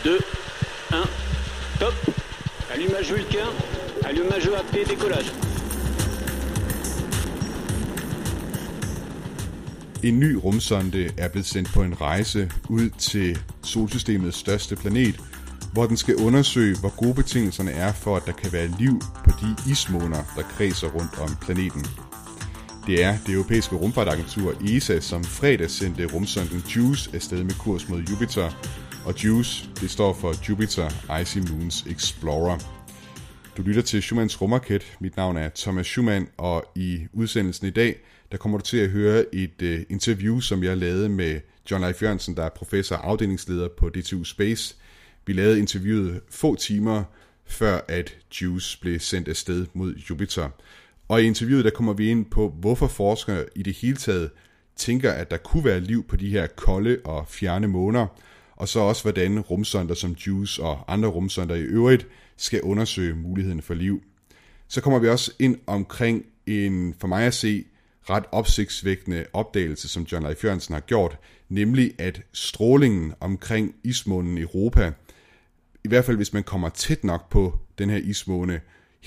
2, 1, top. Allumage Vulcain, allumage AP, décollage. En ny rumsonde er blevet sendt på en rejse ud til solsystemets største planet, hvor den skal undersøge, hvor gode betingelserne er for, at der kan være liv på de ismåner, der kredser rundt om planeten. Det er det europæiske rumfartagentur ESA, som fredag sendte rumsonden JUICE afsted med kurs mod Jupiter, og JUICE, det står for Jupiter Icy Moons Explorer. Du lytter til Schumanns Rumraket. Mit navn er Thomas Schumann, og i udsendelsen i dag, der kommer du til at høre et interview, som jeg lavede med John Leif Jørgensen, der er professor og afdelingsleder på DTU Space. Vi lavede interviewet få timer før, at JUICE blev sendt afsted mod Jupiter. Og i interviewet, der kommer vi ind på, hvorfor forskere i det hele taget tænker, at der kunne være liv på de her kolde og fjerne måner, og så også, hvordan rumsonder som JUICE og andre rumsonder i øvrigt skal undersøge muligheden for liv. Så kommer vi også ind omkring en, for mig at se, ret opsigtsvækkende opdagelse, som John Leif Jørgensen har gjort, nemlig at strålingen omkring ismånen Europa, i hvert fald hvis man kommer tæt nok på den her ismåne,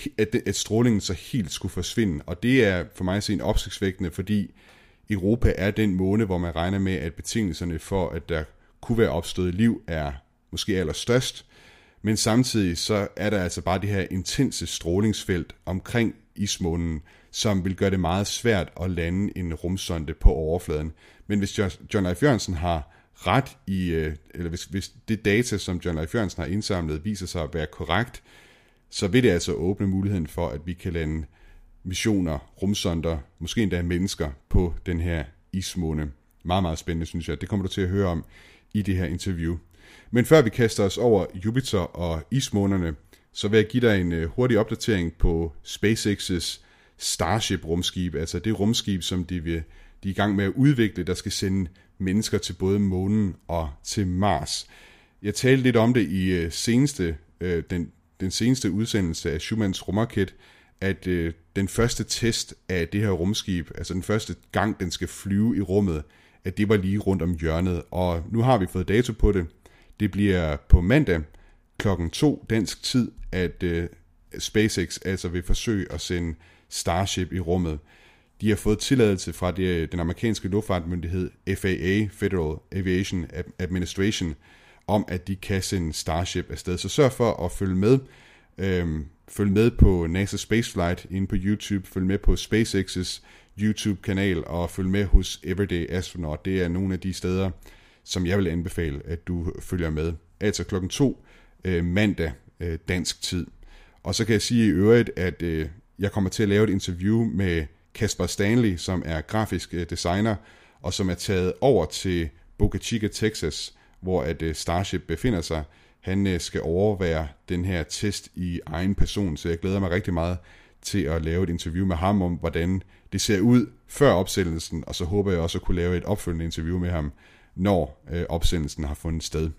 at strålingen så helt skulle forsvinde. Og det er for mig at se en opsigtsvækkende, fordi Europa er den måne, hvor man regner med, at betingelserne for, at der kunne være opstået liv, er måske allerstørst. Men samtidig så er der altså bare det her intense strålingsfelt omkring ismånen, som vil gøre det meget svært at lande en rumsonde på overfladen. Men hvis John Leif Jørgensen har ret i, eller hvis det data, som John Leif Jørgensen har indsamlet, viser sig at være korrekt, så vil det altså åbne muligheden for, at vi kan lande missioner, rumsonder, måske endda mennesker på den her ismåne. Meget, meget spændende, synes jeg. Det kommer du til at høre om i det her interview. Men før vi kaster os over Jupiter og ismånerne, så vil jeg give dig en hurtig opdatering på SpaceX's Starship-rumskib, altså det rumskib, som de er i gang med at udvikle, der skal sende mennesker til både månen og til Mars. Jeg talte lidt om det i den seneste udsendelse af Schumanns Rumraket, at den første test af det her rumskib, altså den første gang, den skal flyve i rummet, at det var lige rundt om hjørnet. Og nu har vi fået dato på det. Det bliver på mandag klokken 2 dansk tid, at SpaceX altså vil forsøge at sende Starship i rummet. De har fået tilladelse fra den amerikanske luftfartsmyndighed FAA, Federal Aviation Administration, om at de kan sende Starship afsted. Så sørg for at følge med. Følg med på NASA Spaceflight inde på YouTube. Følg med på SpaceX's YouTube-kanal, og følg med hos Everyday Astronaut. Det er nogle af de steder, som jeg vil anbefale, at du følger med. Altså klokken 2 mandag dansk tid. Og så kan jeg sige i øvrigt, at jeg kommer til at lave et interview med Kasper Stanley, som er grafisk designer, og som er taget over til Boca Chica, Texas, hvor at Starship befinder sig. Han skal overvære den her test i egen person, så jeg glæder mig rigtig meget til at lave et interview med ham om, hvordan det ser ud før opsendelsen, og så håber jeg også at kunne lave et opfølgende interview med ham, når opsendelsen har fundet sted.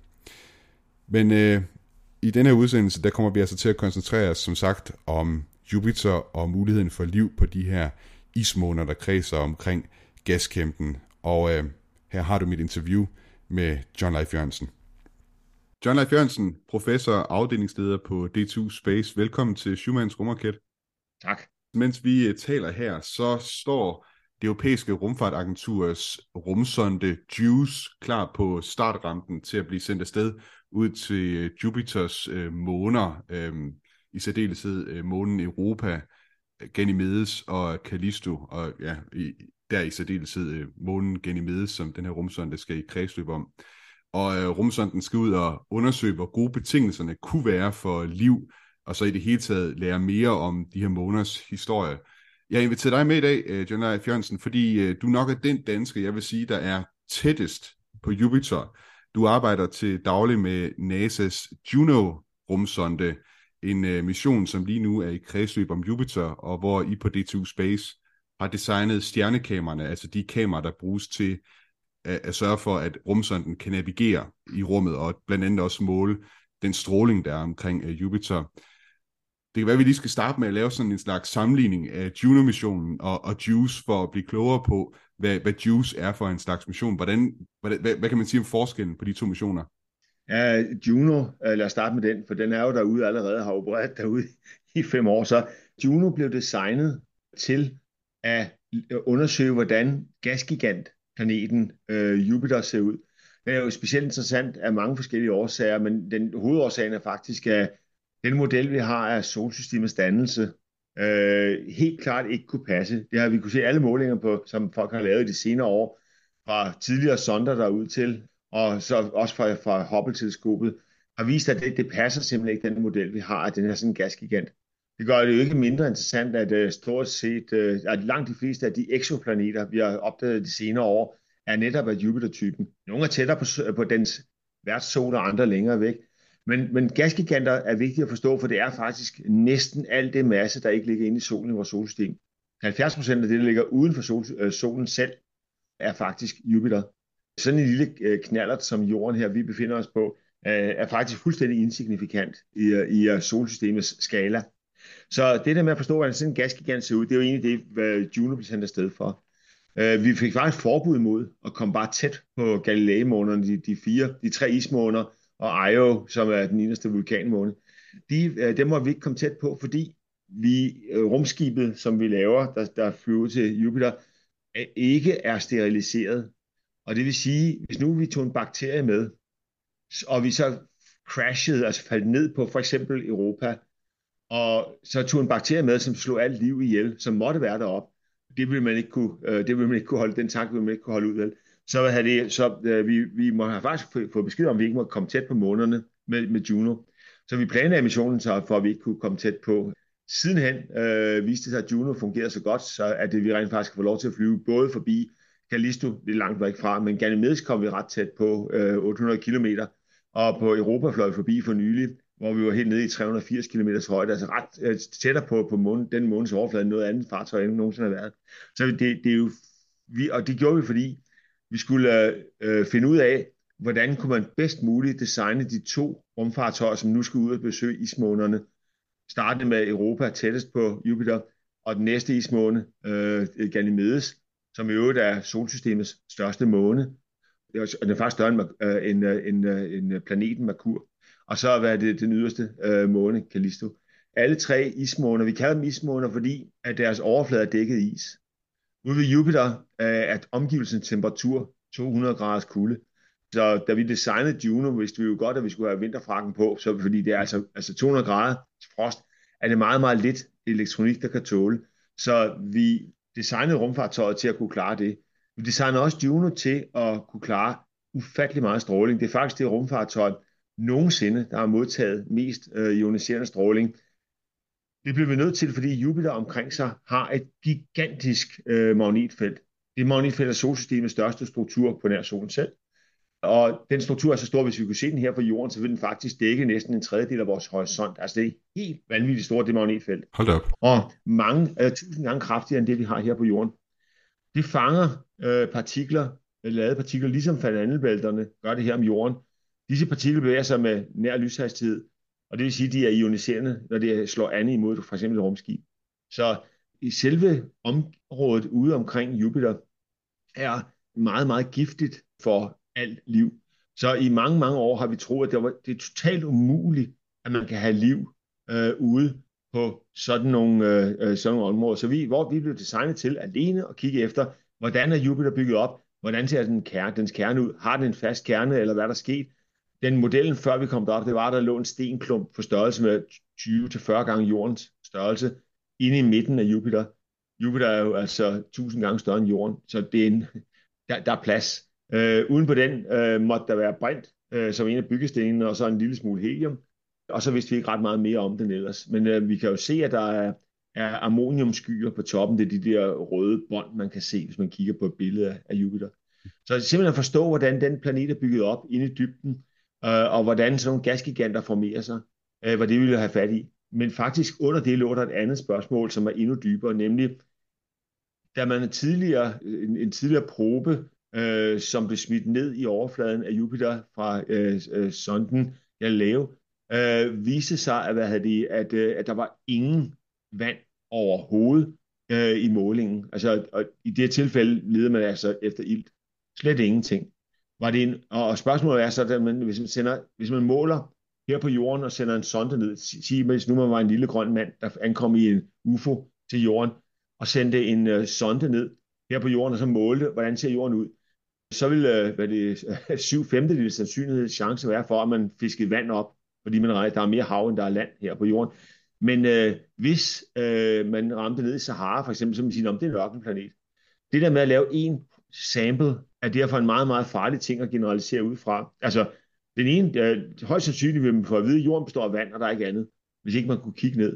Men i denne her udsendelse, der kommer vi altså til at koncentrere os, som sagt, om Jupiter og muligheden for liv på de her ismåner, der kredser omkring gaskæmpen. Og her har du mit interview med John Leif Jørgensen. John Leif Jørgensen, professor og afdelingsleder på DTU Space. Velkommen til Schumanns Rumraket. Tak. Mens vi taler her, så står det europæiske rumfartagenturs rumsonde JUICE klar på startrampen til at blive sendt afsted ud til Jupiters måner, i særdeleshed månen Europa, Ganymedes og Callisto, og ja, der i særdeleshed månen Ganymedes, som den her rumsonde skal i kredsløb om. Og rumsonden skal ud og undersøge, hvor gode betingelserne kunne være for liv, og så i det hele taget lære mere om de her måners historie. Jeg har inviteret dig med i dag, John Leif Jørgensen, fordi du nok er den dansker, jeg vil sige, der er tættest på Jupiter. Du arbejder til daglig med NASA's Juno-rumsonde, en mission, som lige nu er i kredsløb om Jupiter, og hvor I på DTU Space har designet stjernekameraerne, altså de kameraer, der bruges til at sørge for, at rumsonden kan navigere i rummet, og blandt andet også måle den stråling, der er omkring Jupiter. Det kan være, at vi lige skal starte med at lave sådan en slags sammenligning af Juno-missionen og JUICE, for at blive klogere på, hvad JUICE er for en slags mission. Hvad kan man sige om forskellen på de to missioner? Ja, Juno, lad os starte med den, for den er jo derude allerede, har opereret derude i 5 år. Så Juno blev designet til at undersøge, hvordan gasgigantplaneten Jupiter ser ud. Det er jo specielt interessant af mange forskellige årsager, men den hovedårsagen er faktisk, at den model, vi har af solsystemets dannelse, helt klart ikke kunne passe. Det har vi kunne se alle målinger på, som folk har lavet i de senere år, fra tidligere sonder derud til, og så også fra Hubble-teleskopet, har vist, at det passer simpelthen ikke den model, vi har, at den er sådan en gasgigant. Det gør det jo ikke mindre interessant, at stort set at langt de fleste af de eksoplaneter, vi har opdaget de senere år, er netop af Jupiter-typen. Nogle er tættere på dens værtssol, og andre længere væk. Men gasgiganter er vigtigt at forstå, for det er faktisk næsten alt det masse, der ikke ligger inde i solen i vores solsystem. 70% af det, der ligger uden for solen selv, er faktisk Jupiter. Sådan en lille knallert som jorden her, vi befinder os på, er faktisk fuldstændig insignifikant i solsystemets skala. Så det der med at forstå, hvordan sådan en gasgigant ser ud, det er jo egentlig det, hvad Juno blev sendt afsted for. Vi fik faktisk forbud mod at komme bare tæt på Galilei-månerne, de 3 ismåner, og Io, som er den eneste vulkanmåne. Dem må vi ikke komme tæt på, fordi rumskibet, som vi laver, der flyver til Jupiter, ikke er steriliseret. Og det vil sige, hvis nu vi tog en bakterie med, og vi så crashede, altså faldt ned på for eksempel Europa, og så tog en bakterie med, som slog alt liv ihjel, som måtte være deroppe, det ville man ikke kunne holde, den tanke ville man ikke kunne holde ud af. Vi må have faktisk fået besked om, at vi ikke må komme tæt på månerne med Juno. Så vi planlagde missionen så, for at vi ikke kunne komme tæt på. Sidenhen viste det sig, at Juno fungerede så godt, så at vi rent faktisk får lov til at flyve både forbi Callisto, det er langt væk fra, men Ganymedes kom vi ret tæt på, 800 kilometer, og på Europa fløj vi forbi for nylig, hvor vi var helt nede i 380 km højde, altså ret tættere på månen, den månens overflade, end noget andet fartøj end nogensinde har været. Så det er jo, og det gjorde vi, fordi vi skulle finde ud af, hvordan kunne man bedst muligt designe de 2 rumfartøjer, som nu skal ud og besøge ismånerne. Startende med Europa tættest på Jupiter, og den næste ismåne, Ganymedes, som i øvrigt er solsystemets største måne. Og den er faktisk større end planeten Merkur. Og så er det den yderste måne, Callisto. Alle 3 ismåner, vi kalder dem ismåner, fordi at deres overflade er dækket i is. Ude ved Jupiter er omgivelsens temperatur 200 graders kulde. Så da vi designede Juno, vidste vi jo godt, at vi skulle have vinterfrakken på, så fordi det er altså 200 grader frost, er det meget, meget lidt elektronik, der kan tåle. Så vi designede rumfartøjet til at kunne klare det. Vi designede også Juno til at kunne klare ufattelig meget stråling. Det er faktisk det rumfartøj nogensinde, der har modtaget mest ioniserende stråling. Det blev vi nødt til, fordi Jupiter omkring sig har et gigantisk magnetfelt. Det magnetfelt er solsystemets største struktur på nær solen selv. Og den struktur er så stor, hvis vi kunne se den her fra jorden, så vil den faktisk dække næsten en tredjedel af vores horisont. Altså det er helt vanvittigt stort, det magnetfelt. Hold op. Og mange, 1000 gange kraftigere end det, vi har her på jorden. Det fanger ladede partikler, ligesom Fernandelbælterne gør det her om jorden. Disse partikler bevæger sig med nær lyshastighed, og det vil sige, at de er ioniserende, når det slår an imod for eksempel et rumskib. Så i selve området ude omkring Jupiter er meget, meget giftigt for alt liv. Så i mange, mange år har vi troet, at det er totalt umuligt, at man kan have liv ude på sådan nogle områder. Så hvor vi blev designet til alene at kigge efter, hvordan er Jupiter bygget op, hvordan ser dens kerne ud, har den en fast kerne, eller hvad der er sket. Den modellen, før vi kom derop, det var, at der lå en stenklump på størrelse med 20-40 gange jordens størrelse inde i midten af Jupiter. Jupiter er jo altså 1000 gange større end jorden, så det er der er plads. Uden på den måtte der være brint som en af byggestenene, og så en lille smule helium. Og så vidste vi ikke ret meget mere om den ellers. Men vi kan jo se, at der er ammoniumskyer på toppen. Det er de der røde bånd, man kan se, hvis man kigger på et billede af Jupiter. Så simpelthen forstå, hvordan den planet er bygget op inde i dybden, og hvordan sådan nogle gasgiganter formerer sig, hvad det ville have fat i. Men faktisk under det lå der et andet spørgsmål, som er endnu dybere, nemlig, da man en tidligere probe, som blev smidt ned i overfladen af Jupiter fra sonden Galileo, viste sig, at der var ingen vand overhovedet i målingen. Altså, og i det tilfælde leder man altså efter ilt. Slet ingenting. og spørgsmålet er så, at hvis man måler her på jorden og sender en sonde ned, sig hvis nu man var en lille grøn mand, der ankom i en UFO til jorden, og sendte en sonde ned her på jorden, og så målte, hvordan ser jorden ud, så vil 7/5 sandsynlighed chance være for, at man fiskede vand op, fordi der er mere hav, end der er land her på jorden. Men hvis man ramte ned i Sahara, for eksempel, så vil man sige, at det er en ørkenplanet. Det der med at lave en sample, er derfor en meget, meget farlig ting at generalisere ud fra. Altså, den ene, højst sandsynligt vil man få at vide, at jorden består af vand, og der er ikke andet, hvis ikke man kunne kigge ned.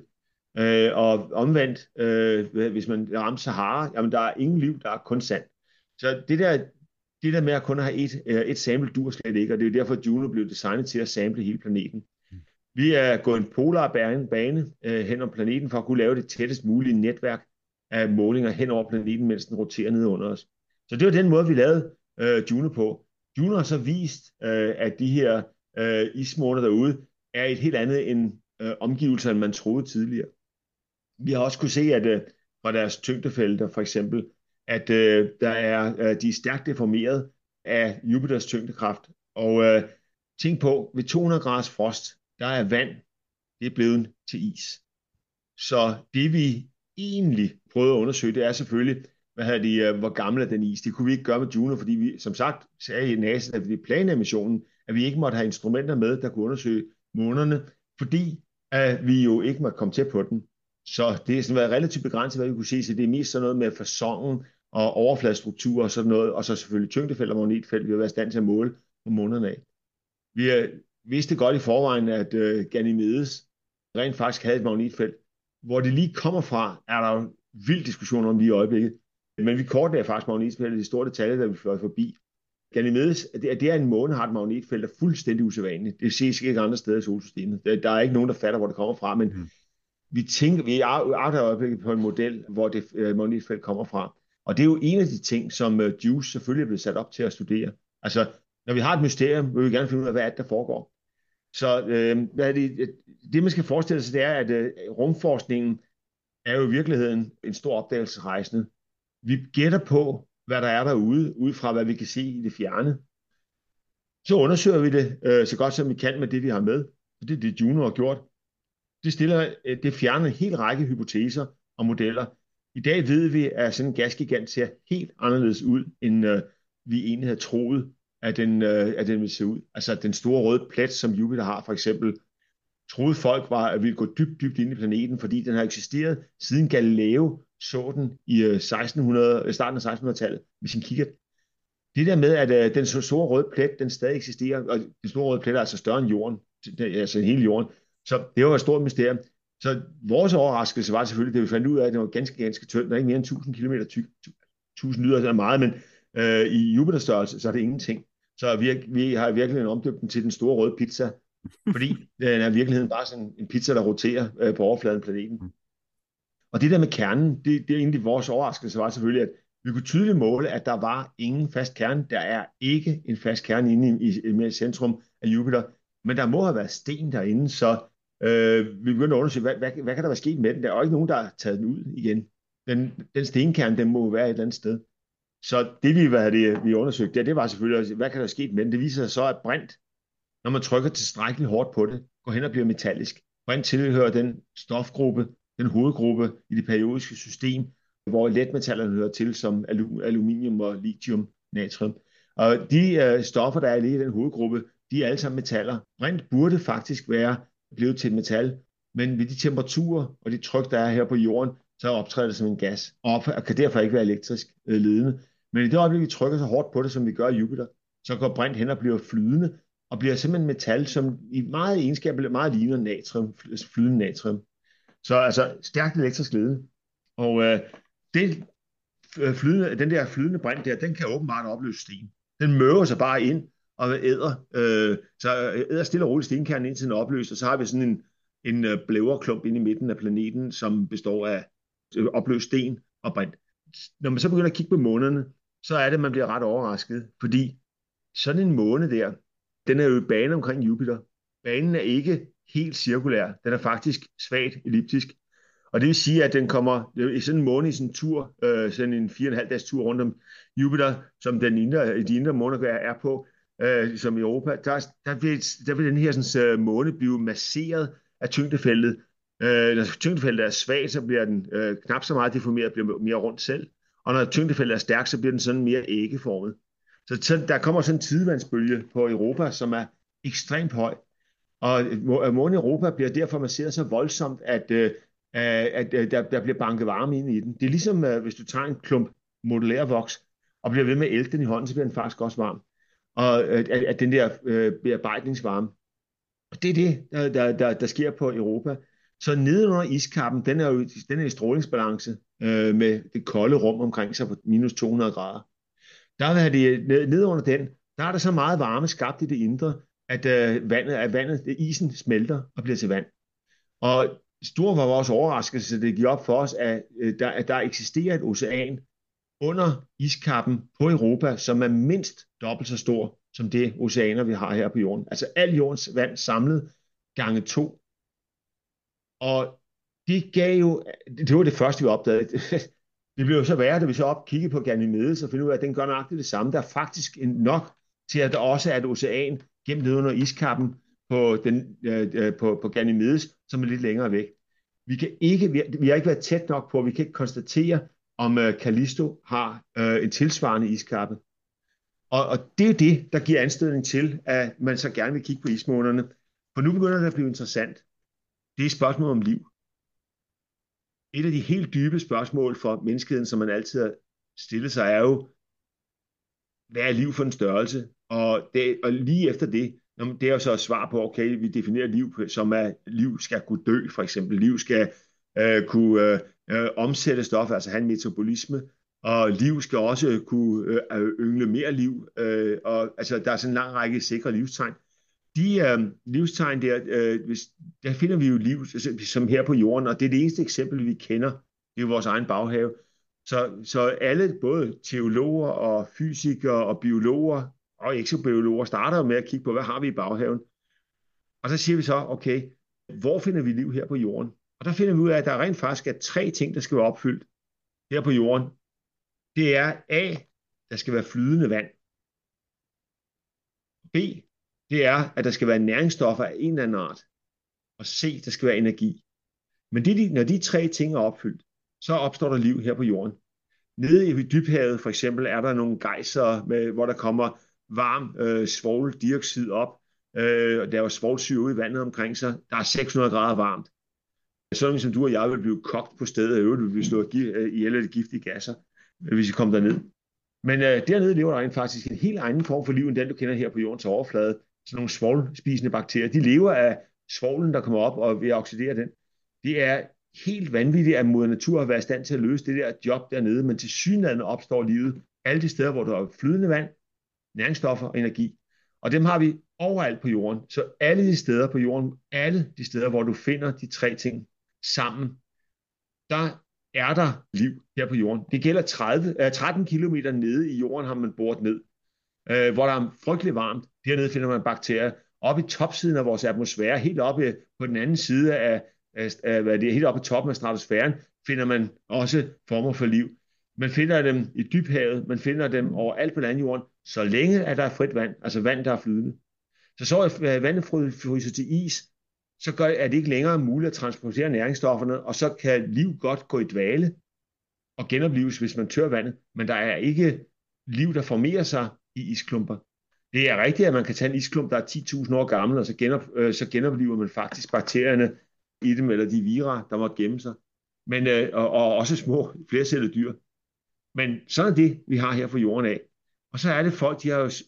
Og omvendt, hvis man ramte Sahara, jamen der er ingen liv, der er kun sand. Så det der med at kun have et sample dur slet ikke, og det er jo derfor, at Juno blev designet til at sample hele planeten. Vi er gået en polar bane hen om planeten for at kunne lave det tættest mulige netværk af målinger hen over planeten, mens den roterer ned under os. Så det var den måde, vi lavede Juno på. Juno har så vist, at de her ismåner derude er et helt andet end omgivelser, end man troede tidligere. Vi har også kunne se, at fra deres tyngdefelter for eksempel, at de er stærkt deformeret af Jupiters tyngdekraft. Og tænk på, ved 200 graders frost, der er vand, det er blevet til is. Så det vi egentlig prøvede at undersøge, det er selvfølgelig, hvor gammel er den is. Det kunne vi ikke gøre med Juno, fordi vi, som sagt, sagde i NASA, at vi planlagde missionen, at vi ikke måtte have instrumenter med, der kunne undersøge månerne, fordi vi jo ikke måtte komme tæt på den. Så det er sådan været relativt begrænset, hvad vi kunne se, så det er mest sådan noget med fasongen og overfladestruktur og sådan noget, og så selvfølgelig tyngdefelt og magnetfelt, vi har været i stand til at måle på månerne af. Vi vidste godt i forvejen, at Ganymedes rent faktisk havde et magnetfelt. Hvor det lige kommer fra, er der jo vild diskussion om lige i øjeblikket. Men vi kortlagde faktisk magnetfeltet i store detaljer, da vi fløj forbi. Ganymedes, det er en måne, har et magnetfelt, der er fuldstændig usædvanligt. Det ses ikke andre steder i solsystemet. Der er ikke nogen, der fatter, hvor det kommer fra, men vi arbejder i øjeblikket på en model, hvor det magnetfelt kommer fra. Og det er jo en af de ting, som JUICE selvfølgelig er blevet sat op til at studere. Altså, når vi har et mysterium, vil vi gerne finde ud af, hvad der foregår. Så det man skal forestille sig, det er, at rumforskningen er jo i virkeligheden en stor opdagelsesrejsende. Vi gætter på, hvad der er derude, ud fra hvad vi kan se i det fjerne. Så undersøger vi det så godt som vi kan med det, vi har med. Og det er det, Juno har gjort. Det fjerner en hel række hypoteser og modeller. I dag ved vi, at sådan en gasgigant ser helt anderledes ud, end vi egentlig havde troet, at den ville se ud. Altså den store røde plet, som Jupiter har for eksempel, troede folk at ville gå dybt ind i planeten, fordi den har eksisteret siden Galileo så den i starten af 1600-tallet med sin kikkert. Det der med, at den store røde plet, den stadig eksisterer, og den store røde plet er altså større end jorden, altså hele jorden, så det var et stort mysterium. Så vores overraskelse var selvfølgelig, at vi fandt ud af, at det var ganske tyndt, der er ikke mere end 1000 km tyk. 1000 lyder er meget, men i Jupiters størrelse, så er det ingenting. Så vi har virkelig omdøbt den til den store røde pizza, fordi den er i virkeligheden bare sådan en pizza, der roterer på overfladen af planeten. Og det der med kernen, det er egentlig vores overraskelse var selvfølgelig, at vi kunne tydeligt måle, at der var ingen fast kerne. Der er ikke en fast kerne inde i centrum af Jupiter, men der må have været sten derinde, så vi begyndte at undersøge, hvad kan der være sket med den? Der er jo ikke nogen, der har taget den ud igen. Den stenkerne, den må være et eller andet sted. Så det vi undersøgte, det var selvfølgelig, hvad kan der ske med den? Det viser sig så, at brint, når man trykker tilstrækkeligt hårdt på det, går hen og bliver metallisk. Brint tilhører den stofgruppe, den hovedgruppe i det periodiske system, hvor letmetallerne hører til, som aluminium og lithium, natrium. Og de stoffer, der er lige i den hovedgruppe, de er alle sammen metaller. Brint burde faktisk være blevet til et metal, men ved de temperaturer og de tryk, der er her på jorden, så optræder det som en gas, og kan derfor ikke være elektrisk ledende. Men i det øjeblik, vi trykker så hårdt på det, som vi gør i Jupiter, så går brint hen og bliver flydende, og bliver simpelthen metal, som i meget egenskab meget ligner natrium, flydende natrium. Så altså stærkt elektrisk ledende. Og den der flydende brint der, den kan åbenbart opløse sten. Den møver sig bare ind og æder stille og roligt stenkernen indtil den opløser, og så har vi sådan en blæverklump inde i midten af planeten, som består af opløst sten og brint. Når man så begynder at kigge på månerne, så er det, man bliver ret overrasket, fordi sådan en måne der, den er jo i bane omkring Jupiter. Banen er ikke helt cirkulær, den er faktisk svagt elliptisk. Og det vil sige, at den kommer i sådan en måne i sådan en tur, sådan en 4,5 dages tur rundt om Jupiter, som de indre måneder er på, som i Europa, der vil den her sådan, måne blive masseret af tyngdefeltet. Når tyngdefeltet er svagt, så bliver den knap så meget deformeret, bliver mere rundt selv. Og når tyngdefeltet er stærkt, så bliver den sådan mere æggeformet. Så der kommer sådan en tidevandsbølge på Europa, som er ekstremt høj. Og månen Europa bliver derfor masseret så voldsomt, at der bliver banket varme ind i den. Det er ligesom, hvis du tager en klump modulær voks og bliver ved med at ælte den i hånden, så bliver den faktisk også varm. Og at den der bearbejdningsvarme. Og det er det, der sker på Europa. Så nedenunder iskappen, den er i strålingsbalance med det kolde rum omkring sig på minus 200 grader. Der er det nedenunder den, der er der så meget varme skabt i det indre, at isen smelter og bliver til vand. Og stor var vores overraskelse, det gik op for os, at der eksisterer et ocean under iskappen på Europa, som er mindst dobbelt så stor som det oceaner, vi har her på jorden. Altså al jordens vand samlet gange 2. Og det var det første, vi opdagede. Det blev jo så værre, da vi så kiggede på Ganymedes og finder ud af, at den gør nøjagtigt det samme. Der er faktisk nok til, at der også er et ocean gemt ned under iskappen på Ganymedes, som er lidt længere væk. Vi har ikke været tæt nok på, vi kan ikke konstatere, om Callisto har en tilsvarende iskappe. Og det er det, der giver anstødning til, at man så gerne vil kigge på ismånerne. For nu begynder det at blive interessant. Det er et spørgsmål om liv. Et af de helt dybe spørgsmål for menneskeheden, som man altid har stillet sig, er jo, hvad er liv for en størrelse? Og lige efter det, det er jo så et svar på, okay, vi definerer liv som at liv skal kunne dø, for eksempel. Liv skal kunne omsætte stof, altså have en metabolisme, og liv skal også kunne yngle mere liv. Og altså, der er sådan en lang række sikre livstegn. De livstegn der finder vi jo liv, som her på jorden, og det er det eneste eksempel, vi kender. Det er jo vores egen baghave. Så alle, både teologer og fysikere og biologer og eksobiologer, starter med at kigge på, hvad har vi i baghaven? Og så siger vi så, okay, hvor finder vi liv her på jorden? Og der finder vi ud af, at der rent faktisk er 3 ting, der skal være opfyldt her på jorden. Det er A, der skal være flydende vand. B, det er, at der skal være næringsstoffer af en eller anden art. Og C, der skal være energi. Men når de 3 ting er opfyldt, så opstår der liv her på jorden. Nede i dybhavet for eksempel er der nogle gejser, hvor der kommer varm svovldioxid op. Der er svovlsyre ude i vandet omkring sig. Der er 600 grader varmt. Sådan som du og jeg vil blive kogt på stedet, og øvrigt vil blive slået ihjel af de giftige gasser, hvis vi kommer derned. Men dernede lever der rent faktisk en helt anden form for liv, end den du kender her på jordens overflade. Sådan nogle svovlspisende bakterier. De lever af svovlen, der kommer op og ved at oxidere den. Det er helt vanvittigt, at moder natur har været i stand til at løse det der job dernede, men tilsyneladende opstår livet alle de steder, hvor der er flydende vand, næringsstoffer og energi. Og dem har vi overalt på jorden. Så alle de steder på jorden, alle de steder, hvor du finder de 3 ting sammen, der er der liv her på jorden. Det gælder 13 kilometer nede i jorden, har man boret ned, hvor der er frygtelig varmt. Dernede finder man bakterier. Oppe i topsiden af vores atmosfære, helt oppe på den anden side helt oppe i toppen af stratosfæren, finder man også former for liv. Man finder dem i dybhavet, man finder dem overalt på landjorden, så længe at der er frit vand, altså vand, der er flydende. Så vandet fryser til is, så er det ikke længere muligt at transportere næringsstofferne, og så kan liv godt gå i dvale og genoplives, hvis man tør vandet, men der er ikke liv, der formerer sig i isklumper. Det er rigtigt, at man kan tage en isklump, der er 10.000 år gammel, og så genopliver man faktisk bakterierne i dem, eller de vira, der måtte gemme sig, men, og også små flercellede dyr. Men sådan er det, vi har her på jorden af. Og så er det folk,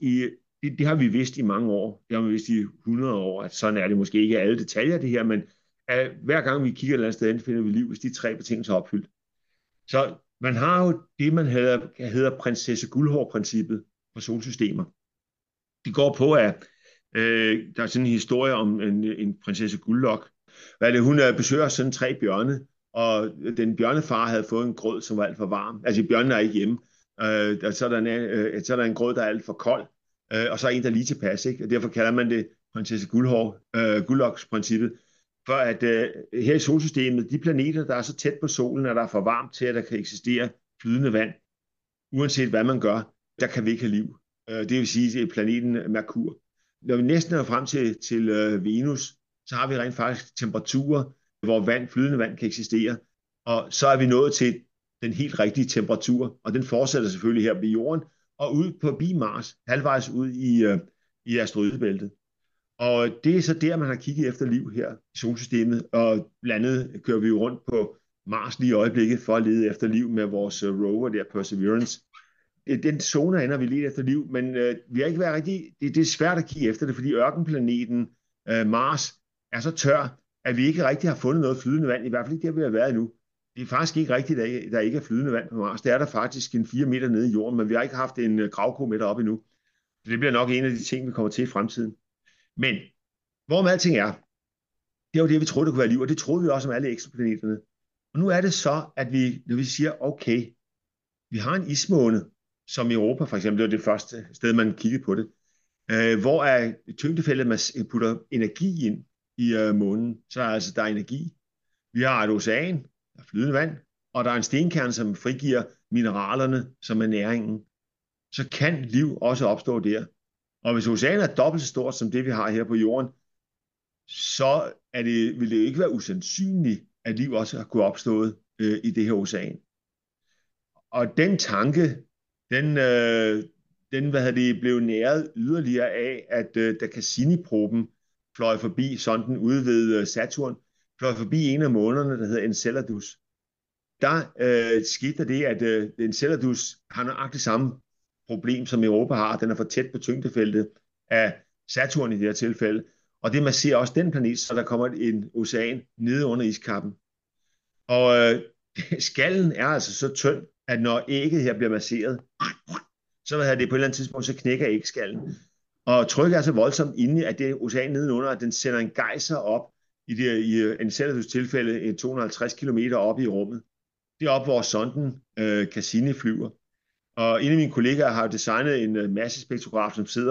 det har vi vidst i mange år, det har vi vidst i 100 år, at sådan er det måske ikke alle detaljer det her, men hver gang vi kigger et eller andet sted, finder vi liv, hvis de 3 betingelser er opfyldt. Så man har jo det, man hedder prinsesse Guldhår-princippet for solsystemer. Det går på, at der er sådan en historie om en prinsesse Guldlok. Hun besøger sådan 3 bjørne, og den bjørnefar havde fået en grød, som var alt for varm. Altså bjørnene er ikke hjemme. Så er der en grød, der er alt for kold, og så er en, der er lige tilpas. Ikke? Og derfor kalder man det prinsesse Guldloks-princippet. For at her i solsystemet, de planeter, der er så tæt på solen, at der er for varmt til, at der kan eksistere flydende vand, uanset hvad man gør, der kan vi ikke have liv. det vil sige planeten Merkur. Når vi næsten er frem til Venus, så har vi rent faktisk temperaturer, hvor flydende vand kan eksistere, og så er vi nået til den helt rigtige temperatur, og den fortsætter selvfølgelig her på jorden, og ud på Mars, halvvejs ud i asteroidebæltet. Og det er så der, man har kigget efter liv her i solsystemet, og blandt andet kører vi jo rundt på Mars lige i øjeblikket for at lede efter liv med vores rover der, Perseverance. Den zone ender vi leder efter liv, men vi har ikke været rigtig, det er svært at kigge efter det, fordi ørkenplaneten Mars er så tør, at vi ikke rigtig har fundet noget flydende vand, i hvert fald ikke der, vi har været endnu. Det er faktisk ikke rigtigt, at der ikke er flydende vand på Mars. Det er der faktisk en 4 meter nede i jorden, men vi har ikke haft en gravkometer op endnu. Så det bliver nok en af de ting, vi kommer til i fremtiden. Men hvorom alting er, det var det, vi troede, det kunne være liv, og det troede vi også om alle eksoplaneterne. Og nu er det så, at når vi siger, okay, vi har en ismåne, som i Europa for eksempel, det var det første sted, man kiggede på det, hvor er tyngdefeltet, man putter energi ind i månen, så er der er energi. Vi har et ocean, der er flydende vand, og der er en stenkerne, som frigiver mineralerne, som er næringen. Så kan liv også opstå der. Og hvis oceanet er dobbelt så stort som det, vi har her på jorden, så vil det ikke være usandsynligt, at liv også har kunne opstået i det her ocean. Og den tanke, den blev næret yderligere af, at da Cassini-proben fløj forbi sonden ude ved Saturn, fløj forbi en af månederne, der hedder Enceladus. Der skete der det, at Enceladus har nøjagtigt samme problem, som Europa har. Den er for tæt på tyngdefeltet af Saturn i det her tilfælde. Og det masserer også den planet, så der kommer en ocean nede under iskappen. Og skallen er altså så tynd, at når ægget her bliver masseret, så det på et eller andet tidspunkt, så knækker ægskallen. Og trykket er så voldsomt inde, at det ocean nedenunder, at den sender en gejser op, i Enceladus tilfælde 250 km op i rummet. Det er op, hvor sonden Cassini flyver. Og en af mine kollegaer har designet en massespektrograf, som sidder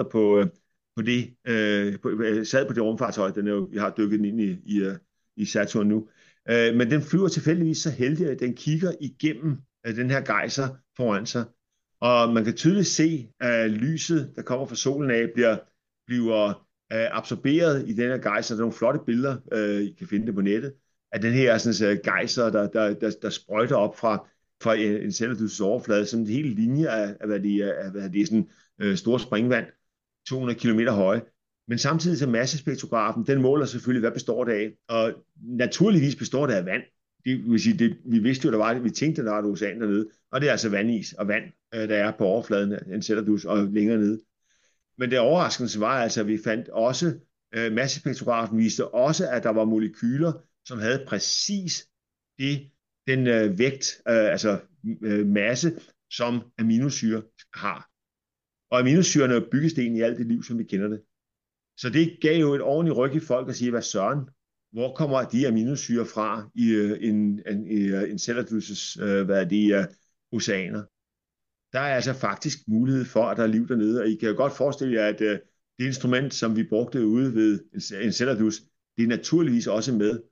sad på det rumfartøj, vi har dykket den ind i Saturn nu. Men den flyver tilfældigvis så heldig, at den kigger igennem den her gejser foran sig. Og man kan tydeligt se, at lyset, der kommer fra solen af, bliver absorberet i den her gejser. Der er nogle flotte billeder, I kan finde det på nettet, af den her sådan, gejser, der sprøjter op fra Enceladus' overflade, som en hel linje af hvad det er sådan store springvand, 200 km høje. Men samtidig så massespektrografen, den måler selvfølgelig, hvad består det af. Og naturligvis består det af vand. Det vil sige, vi vidste jo, vi tænkte, der var et ocean dernede, og det er altså vandis og vand, der er på overfladen af Enceladus og længere nede. Men det overraskende var altså, at vi fandt også, massespektrografen viste også, at der var molekyler, som havde præcis den vægt, masse, som aminosyre har. Og aminosyren er byggesten i alt det liv, som vi kender det. Så det gav jo et ordentligt ryg i folk at sige, hvad søren, hvor kommer de aminosyre fra i Enceladus' oceaner? Der er altså faktisk mulighed for, at der er liv dernede, og I kan jo godt forestille jer, at det instrument, som vi brugte ude ved Enceladus, det er naturligvis også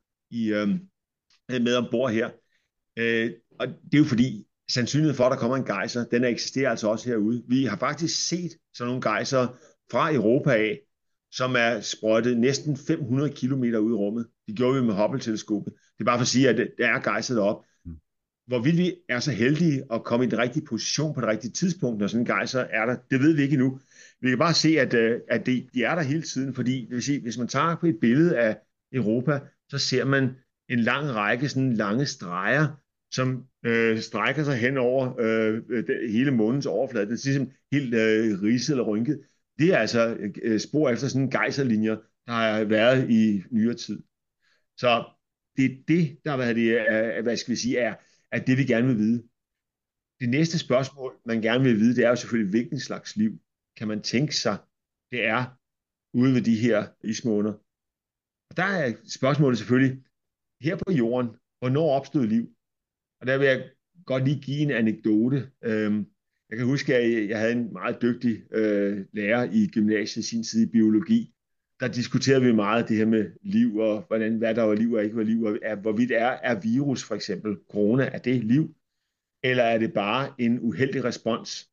med ombord her. Og det er jo fordi, sandsynligheden for, at der kommer en gejser, den eksisterer altså også herude. Vi har faktisk set sådan nogle gejser fra Europa af, som er sprøjtet næsten 500 kilometer ud i rummet. Det gjorde vi med Hubble-teleskopet. Det er bare for at sige, at der er gejser deroppe. Hvorvidt vi er så heldige at komme i den rigtige position på det rigtige tidspunkt, når sådan en gejser er der, det ved vi ikke endnu. Vi kan bare se, at de er der hele tiden, fordi det vil sige, hvis man tager på et billede af Europa, så ser man en lang række sådan lange streger, som strækker sig hen over hele månens overflade. Det er ligesom helt ridset eller rynket. Det er altså spor efter sådan en gejserlinjer, der har været i nyere tid. Så det er det, der er det, vi gerne vil vide. Det næste spørgsmål, man gerne vil vide, det er jo selvfølgelig, hvilken slags liv kan man tænke sig, det er ude ved de her ismåner. Og der er spørgsmålet selvfølgelig, her på jorden, hvornår opstod liv? Og der vil jeg godt lige give en anekdote. Jeg kan huske, at jeg havde en meget dygtig lærer i gymnasiet i sin tid i biologi. Der diskuterede vi meget det her med liv, og hvad der var liv og ikke var liv, og hvorvidt er virus for eksempel, corona, er det liv? Eller er det bare en uheldig respons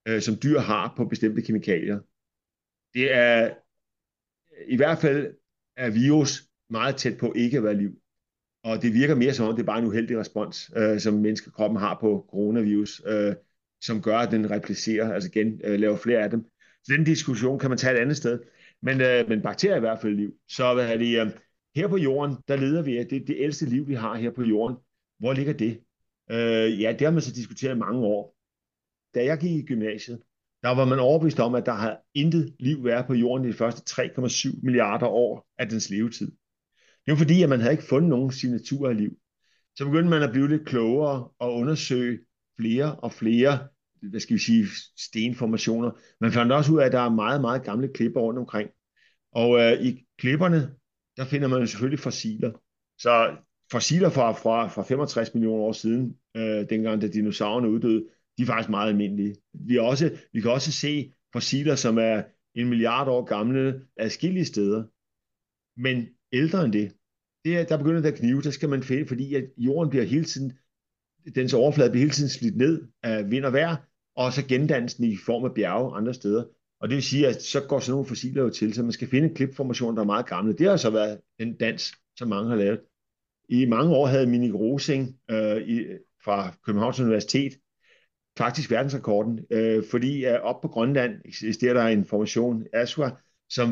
som dyr har på bestemte kemikalier. Det er i hvert fald er virus meget tæt på ikke at være liv. Og det virker mere som om, det er bare en uheldig respons, som menneskekroppen har på coronavirus, som gør, at den replicerer, altså igen laver flere af dem. Så den diskussion kan man tage et andet sted. Men bakterier er i hvert fald liv. Så her på jorden, der leder vi af det ældste liv, vi har her på jorden. Hvor ligger det? Ja, det har man så diskuteret i mange år. Da jeg gik i gymnasiet, der var man overbevist om, at der har intet liv været på jorden i de første 3,7 milliarder år af dens levetid. Det var fordi, at man havde ikke fundet nogen signaturer af liv. Så begyndte man at blive lidt klogere og undersøge flere og flere, hvad skal vi sige, stenformationer. Man fandt også ud af, at der er meget, meget gamle klipper rundt omkring. Og i klipperne, der finder man selvfølgelig fossiler. Så fossiler fra 65 millioner år siden, dengang da dinosaurerne uddøde, de er faktisk meget almindelige. Vi kan også se fossiler, som er 1 milliard år gamle adskillige steder. Men ældre end det, der begynder det at knive, der skal man finde, fordi at jorden bliver hele tiden, dens overflade bliver hele tiden slidt ned af vind og vejr, og så gendannes den i form af bjerge andre steder. Og det vil sige, at så går sådan nogle fossiler jo til, så man skal finde en klipformation, der er meget gamle. Det har så været en dans, som mange har lavet. I mange år havde Minik Rosing fra Københavns Universitet faktisk verdensrekorden, fordi op på Grønland eksisterer der en formation, Aswa, som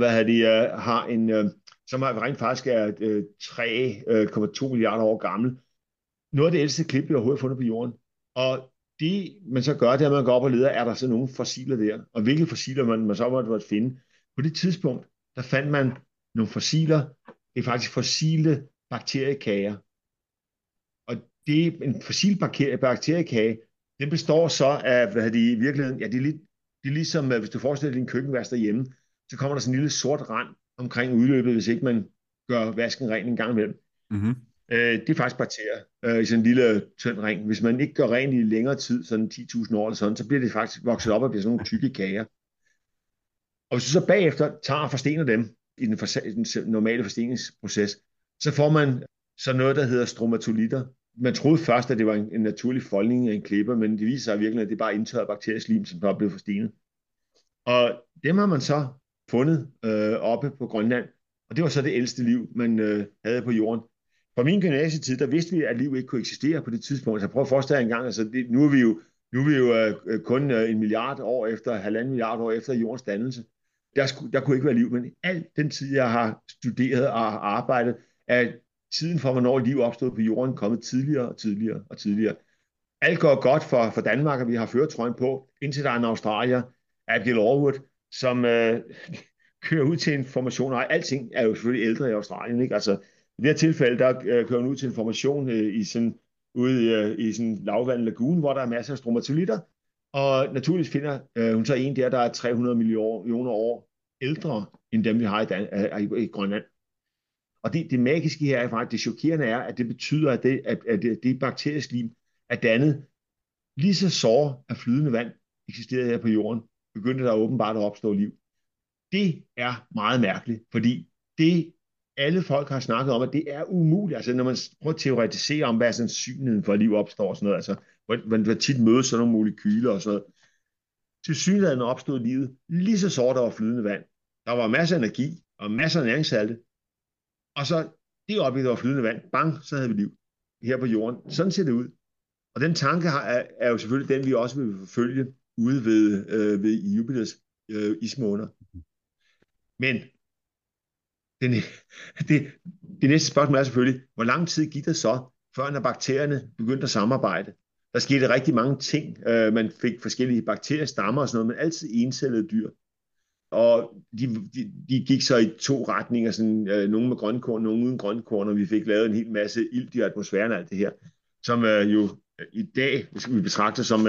som rent faktisk er 3,2 milliarder år gammel. Noget af det ældste klip, vi overhovedet har fundet på jorden. Og det, man så gør, det er, at man går op og leder, er der så nogle fossiler der? Og hvilke fossiler man så måtte finde? På det tidspunkt, der fandt man nogle fossiler, det er faktisk fossile bakteriekager. Og det er en fossil bakteriekage, den består så af, i virkeligheden, ja, det er ligesom, hvis du forestiller dig din køkkenvask derhjemme, så kommer der sådan en lille sort rand omkring udløbet, hvis ikke man gør vasken ren en gang imellem. Mm-hmm. Det er faktisk bakterier i sådan en lille tynd ring. Hvis man ikke gør rent i længere tid, sådan 10.000 år eller sådan, så bliver det faktisk vokset op og bliver sådan nogle tykke kager. Og hvis du så bagefter tager og forstener dem i den normale forsteningsproces, så får man så noget, der hedder stromatolitter. Man troede først, at det var en naturlig foldning af en klippe, men det viser sig virkelig, at det er bare indtørret bakterieslim, som der er blevet forstenet. Og dem har man så fundet oppe på Grønland, og det var så det ældste liv, man havde på jorden. På min gymnasietid, der vidste vi, at liv ikke kunne eksistere på det tidspunkt. Så prøv at forestille en gang, altså nu er vi jo kun 1 milliard år efter, 1,5 milliard år efter jordens dannelse. Der kunne ikke være liv, men al den tid, jeg har studeret og arbejdet, er tiden for, hvornår liv opstod på jorden, kommet tidligere og tidligere og tidligere. Alt går godt for Danmark, og vi har førertrøjen på, indtil der er en australier, Abigail Allwood, som kører ud til en formation, og alting er jo selvfølgelig ældre i Australien, ikke? Altså, i det her tilfælde, der kører hun ud til en formation i sådan en lavvandet lagune, hvor der er masser af stromatolitter, og naturligvis finder hun så en der er 300 millioner år ældre, end dem vi har i Grønland. Og det magiske her er faktisk, det chokerende er, at det betyder, at det bakterieslim er dannet lige så såre af flydende vand eksisterede her på jorden, begyndte der åbenbart at opstå liv. Det er meget mærkeligt, fordi det alle folk har snakket om, at det er umuligt. Altså når man prøver at teoretisere om, hvad er sandsynligheden for, at liv opstår og sådan noget, altså hvor tit mødes sådan nogle molekyler og sådan noget. Tilsyneladende opstod livet lige så såre, der var flydende vand. Der var masser af energi og masser af næringssalte. Og så det øjeblik, der var flydende vand, bang, så havde vi liv her på jorden. Sådan ser det ud. Og den tanke er jo selvfølgelig den, vi også vil forfølge ude ved Jupiters ismåner. Men det næste spørgsmål er selvfølgelig, hvor lang tid gik det så, før når bakterierne begyndte at samarbejde? Der skete rigtig mange ting. Man fik forskellige bakteriestammer og sådan noget, men altid encellede dyr. Og de gik så i 2 retninger, sådan, nogle med grønkorn, nogle uden grønkorn, og vi fik lavet en hel masse ilt i atmosfæren og alt det her, som jo i dag vi betragter som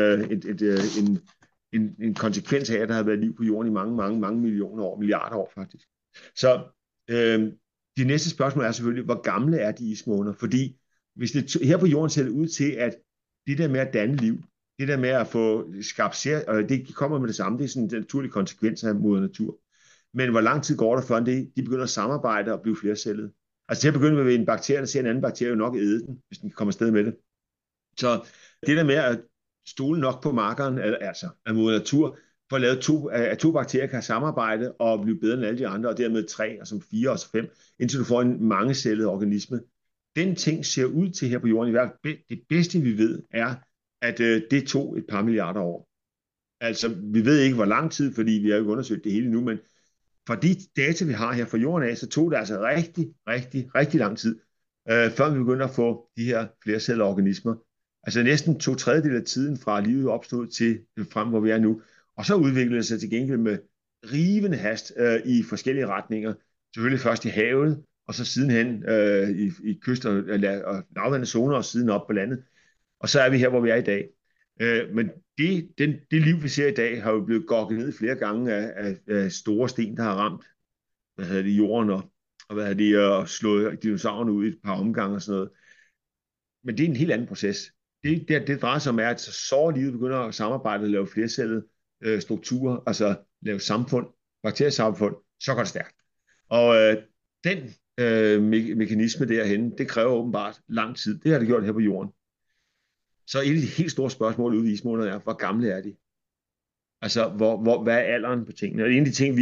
en konsekvens af, at der har været liv på jorden i mange, mange, mange millioner år, milliarder år faktisk. Så det næste spørgsmål er selvfølgelig, hvor gamle er de ismåner? Fordi hvis det her på jorden ser det ud til, at det der med at danne liv, det der med at få skabt det kommer med det samme, det er sådan en naturlig konsekvens af moder natur. Men hvor lang tid går der før de begynder at samarbejde og blive flercellede? Altså til at begynde med en bakterie, der ser en anden bakterie jo nok æde den, hvis den kommer afsted med det. Så det der med at stole nok på markeren, altså af mod natur, for at lave at to bakterier kan samarbejde og blive bedre end alle de andre, og dermed tre, og som fire, og så fem, indtil du får en mangecellet organisme. Den ting ser ud til her på jorden, i hvert fald det bedste vi ved, er, at det tog et par milliarder år. Altså, vi ved ikke, hvor lang tid, fordi vi har ikke undersøgt det hele nu, men fra de data, vi har her fra jorden af, så tog det altså rigtig, rigtig, rigtig lang tid, før vi begynder at få de her flercellede organismer. Altså næsten 2/3 af tiden fra livet opstod til frem, hvor vi er nu. Og så udviklede det sig til gengæld med rivende hast i forskellige retninger. Selvfølgelig først i havet, og så sidenhen i kyster og lavvandede zoner, og siden op på landet. Og så er vi her, hvor vi er i dag. Men det liv, vi ser i dag, har jo blevet gokket ned flere gange af store sten, der har ramt jorden og slået dinosaurerne ud i et par omgange og sådan noget. Men det er en helt anden proces. Det drejer sig om, at så livet begynder at samarbejde og lave flercellede strukturer, altså lave samfund, bakteriesamfund, så går det stærkt. Og den mekanisme derhen, det kræver åbenbart lang tid. Det har det gjort her på jorden. Så et af de helt store spørgsmål ude i ismånerne er, hvor gamle er de? Altså, hvad er alderen på tingene? Og en af de ting,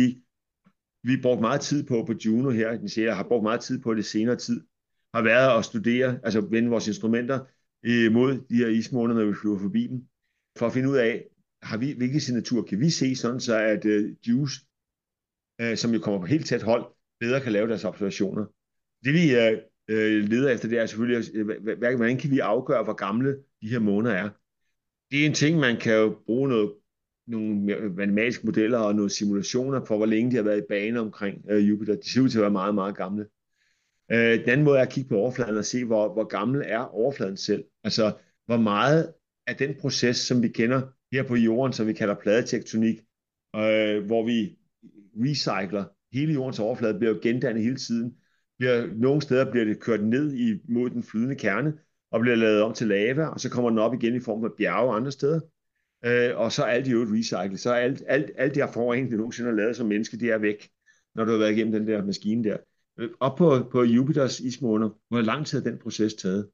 vi brugt meget tid på Juno her, den siger, jeg har brugt meget tid på det senere tid, har været at studere, altså vende vores instrumenter mod de her ismåner, når vi flyver forbi dem, for at finde ud af, hvilke signatur kan vi se, sådan så at JUICE, som jo kommer på helt tæt hold, bedre kan lave deres observationer. Det vi leder efter, det er selvfølgelig, hvordan kan vi afgøre, hvor gamle de her måner er. Det er en ting, man kan jo bruge nogle matematiske modeller og nogle simulationer for, hvor længe de har været i bane omkring Jupiter. De ser ud til at være meget, meget gamle. Den anden måde er at kigge på overfladen og se, hvor gammel er overfladen selv. Altså, hvor meget af den proces, som vi kender her på jorden, som vi kalder pladetektonik, hvor vi recycler hele jordens overflade, bliver jo gendannet hele tiden. Nogle steder bliver det kørt ned mod den flydende kerne, og bliver lavet om til lava, og så kommer den op igen i form af bjerge andre steder. Og så er alt i øvrigt recyclet. Så alt det her forurening, det nogensinde har lavet som menneske, det er væk, når du har været igennem den der maskine der. Op på Jupiters ismåner, hvor lang tid er den proces taget?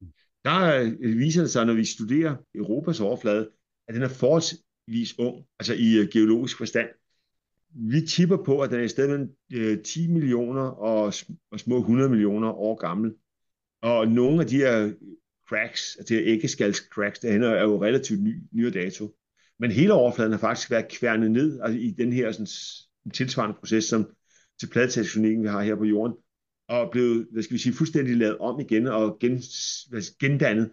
Der viser det sig, når vi studerer Europas overflade, at den er forholdsvis ung, altså i geologisk forstand. Vi tipper på, at den er i stedet mellem 10 millioner og små 100 millioner år gammel. Og nogle af de her cracks, altså de her æggeskals-cracks, der er jo relativt nyere dato. Men hele overfladen har faktisk været kværnet ned altså i den her sådan, tilsvarende proces, som til pladetektonikken, vi har her på jorden, og blevet, fuldstændig lavet om igen og gendannet